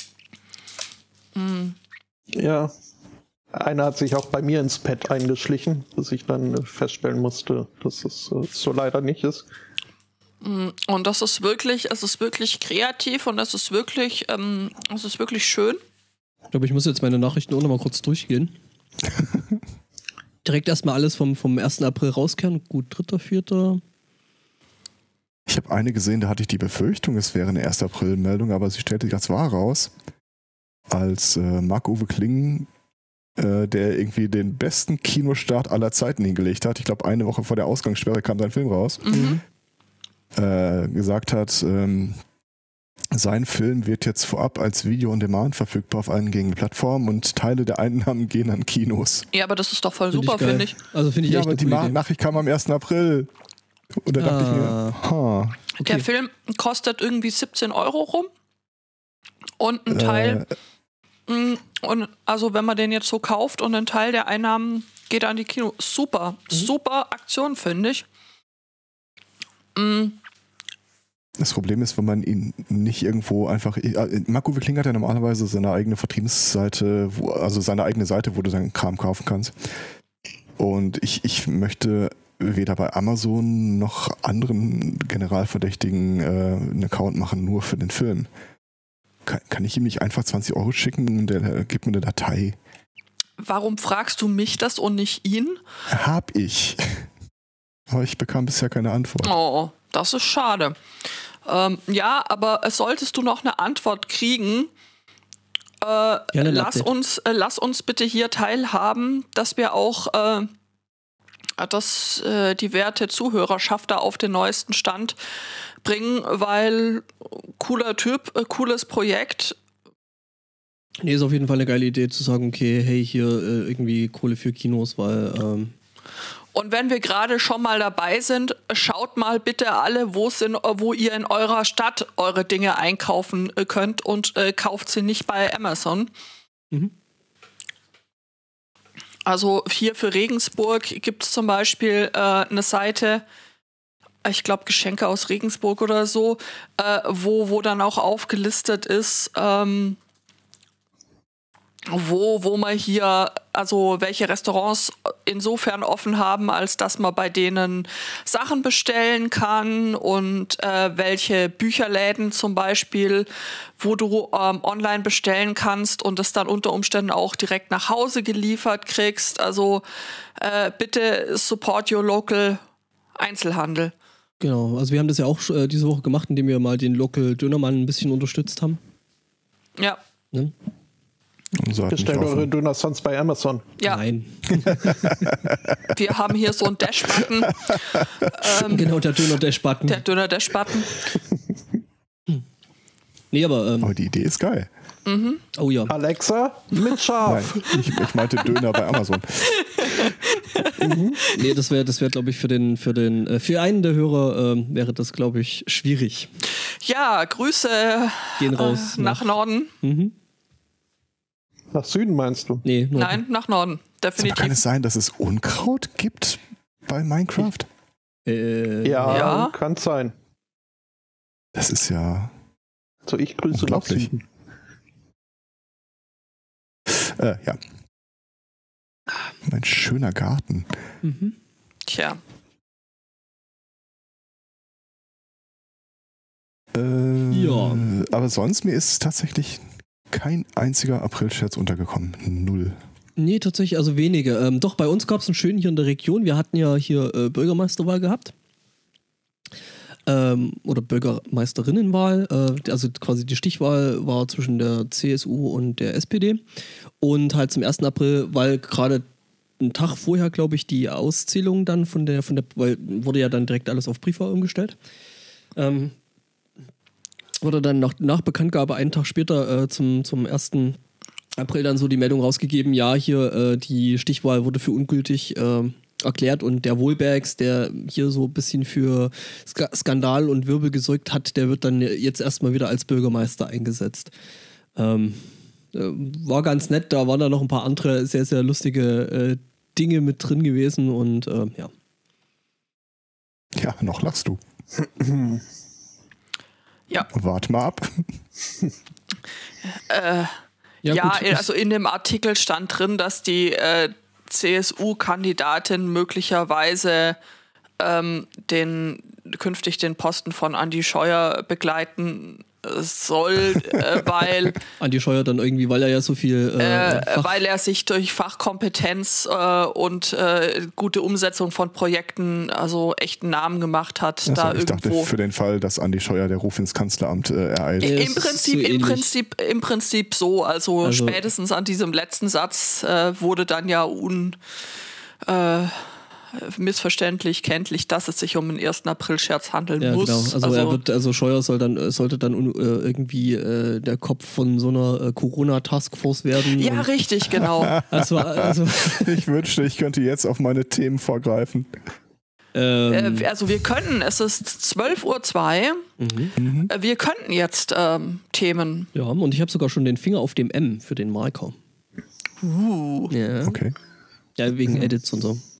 Speaker 2: Ja, eine hat sich auch bei mir ins Pad eingeschlichen, bis ich dann feststellen musste, dass es so leider nicht ist.
Speaker 1: Und es ist wirklich kreativ und es ist wirklich schön.
Speaker 4: Ich glaube, ich muss jetzt meine Nachrichten auch noch mal kurz durchgehen. Direkt erstmal alles vom 1. April rauskehren. Gut, 3., 4.
Speaker 3: Ich habe eine gesehen, da hatte ich die Befürchtung, es wäre eine 1. April-Meldung, aber sie stellte sich als wahr raus. Als Marc-Uwe Kling, der irgendwie den besten Kinostart aller Zeiten hingelegt hat, ich glaube eine Woche vor der Ausgangssperre kam sein Film raus, gesagt hat, sein Film wird jetzt vorab als Video on Demand verfügbar auf allen gängigen Plattformen und Teile der Einnahmen gehen an Kinos.
Speaker 1: Ja, aber das ist doch voll super, finde ich.
Speaker 4: Also finde ich
Speaker 3: ja,
Speaker 4: echt
Speaker 3: aber die Nachricht kam am 1. April. Und da dachte ich mir,
Speaker 1: okay. Der Film kostet irgendwie 17 € rum. Und ein Teil, und also wenn man den jetzt so kauft und ein Teil der Einnahmen geht an die Kino. Super Aktion, finde ich.
Speaker 3: Das Problem ist, wenn man ihn nicht irgendwo einfach... Marc-Uwe Kling hat ja normalerweise seine eigene Vertriebsseite, also seine eigene Seite, wo du deinen Kram kaufen kannst. Und ich möchte weder bei Amazon noch anderen Generalverdächtigen einen Account machen, nur für den Film. Kann ich ihm nicht einfach 20 € schicken und der gibt mir eine Datei?
Speaker 1: Warum fragst du mich das und nicht ihn?
Speaker 3: Hab ich. Aber ich bekam bisher keine Antwort.
Speaker 1: Oh, das ist schade. Ja, aber solltest du noch eine Antwort kriegen, lass uns bitte hier teilhaben, dass wir auch die werte Zuhörerschaft da auf den neuesten Stand bringen, weil cooler Typ, cooles Projekt.
Speaker 4: Nee, ist auf jeden Fall eine geile Idee zu sagen, okay, hey, hier irgendwie Kohle für Kinos, weil...
Speaker 1: Und wenn wir gerade schon mal dabei sind, schaut mal bitte alle, wo ihr in eurer Stadt eure Dinge einkaufen könnt und kauft sie nicht bei Amazon.
Speaker 4: Mhm.
Speaker 1: Also hier für Regensburg gibt es zum Beispiel eine Seite, ich glaube Geschenke aus Regensburg oder so, wo dann auch aufgelistet ist, wo man hier, also welche Restaurants insofern offen haben, als dass man bei denen Sachen bestellen kann und welche Bücherläden zum Beispiel, wo du online bestellen kannst und es dann unter Umständen auch direkt nach Hause geliefert kriegst. Also bitte support your local Einzelhandel.
Speaker 4: Genau, also wir haben das ja auch diese Woche gemacht, indem wir mal den Local Dönermann ein bisschen unterstützt haben.
Speaker 1: Ja.
Speaker 4: Ne?
Speaker 3: So
Speaker 2: Bestellt eure Döner sonst bei Amazon.
Speaker 1: Ja.
Speaker 4: Nein.
Speaker 1: Wir haben hier so einen Dash-Button.
Speaker 4: Genau, der Döner-Dash-Button.
Speaker 1: Der Döner-Dash-Button.
Speaker 4: Nee, aber...
Speaker 3: Aber die Idee ist geil.
Speaker 1: Mhm.
Speaker 4: Oh ja.
Speaker 2: Alexa, mit Schaf.
Speaker 3: Nein, ich meinte Döner bei Amazon.
Speaker 4: Nee, das wäre, glaube ich, für einen der Hörer wäre das, glaube ich, schwierig.
Speaker 1: Ja, Grüße
Speaker 4: Gehen raus
Speaker 1: nach Norden.
Speaker 4: Mhm.
Speaker 2: Nach Süden meinst du?
Speaker 4: Nee,
Speaker 1: Nein, nach Norden. Definitiv.
Speaker 3: Kann es sein, dass es Unkraut gibt bei Minecraft?
Speaker 2: Ja, kann sein.
Speaker 3: Das ist ja...
Speaker 2: So, ich grüße nach
Speaker 3: unglaublich.
Speaker 2: Süden.
Speaker 3: Ja. Mein schöner Garten.
Speaker 4: Mhm.
Speaker 1: Tja.
Speaker 4: Ja.
Speaker 3: Aber sonst, mir ist tatsächlich kein einziger Aprilscherz untergekommen. 0.
Speaker 4: Nee, tatsächlich, also wenige. Doch, bei uns gab es einen schönen hier in der Region. Wir hatten ja hier Bürgermeisterwahl gehabt. Oder Bürgermeisterinnenwahl. Also quasi die Stichwahl war zwischen der CSU und der SPD. Und halt zum 1. April, weil gerade einen Tag vorher, glaube ich, die Auszählung dann weil wurde ja dann direkt alles auf Briefwahl umgestellt. Wurde dann nach Bekanntgabe einen Tag später zum 1. April dann so die Meldung rausgegeben, ja, hier die Stichwahl wurde für ungültig erklärt und der Wohlbergs, der hier so ein bisschen für Skandal und Wirbel gesorgt hat, der wird dann jetzt erstmal wieder als Bürgermeister eingesetzt. War ganz nett, da waren da noch ein paar andere sehr, sehr lustige Dinge mit drin gewesen und ja.
Speaker 3: Ja, noch lachst du.
Speaker 1: Ja.
Speaker 3: Wart mal ab.
Speaker 1: Ja, also in dem Artikel stand drin, dass die CSU-Kandidatin möglicherweise künftig den Posten von Andi Scheuer begleiten soll, weil
Speaker 4: Andi Scheuer dann irgendwie, weil er ja so viel
Speaker 1: weil er sich durch Fachkompetenz und gute Umsetzung von Projekten also echt einen Namen gemacht hat.
Speaker 3: Also,
Speaker 1: da
Speaker 3: ich
Speaker 1: irgendwo
Speaker 3: dachte für den Fall, dass Andi Scheuer der Ruf ins Kanzleramt ereilt.
Speaker 1: Im Prinzip so, also spätestens an diesem letzten Satz wurde dann ja missverständlich kenntlich, dass es sich um einen 1. April-Scherz handeln muss.
Speaker 4: Genau. Also Scheuer sollte dann irgendwie der Kopf von so einer Corona-Taskforce werden.
Speaker 1: Ja, richtig, genau.
Speaker 3: Ich wünschte, ich könnte jetzt auf meine Themen vorgreifen.
Speaker 1: Also wir könnten, es ist 12:02 Uhr, wir könnten jetzt Themen.
Speaker 4: Ja, und ich habe sogar schon den Finger auf dem M für den Marker.
Speaker 3: Okay.
Speaker 4: Ja, wegen Edits und so.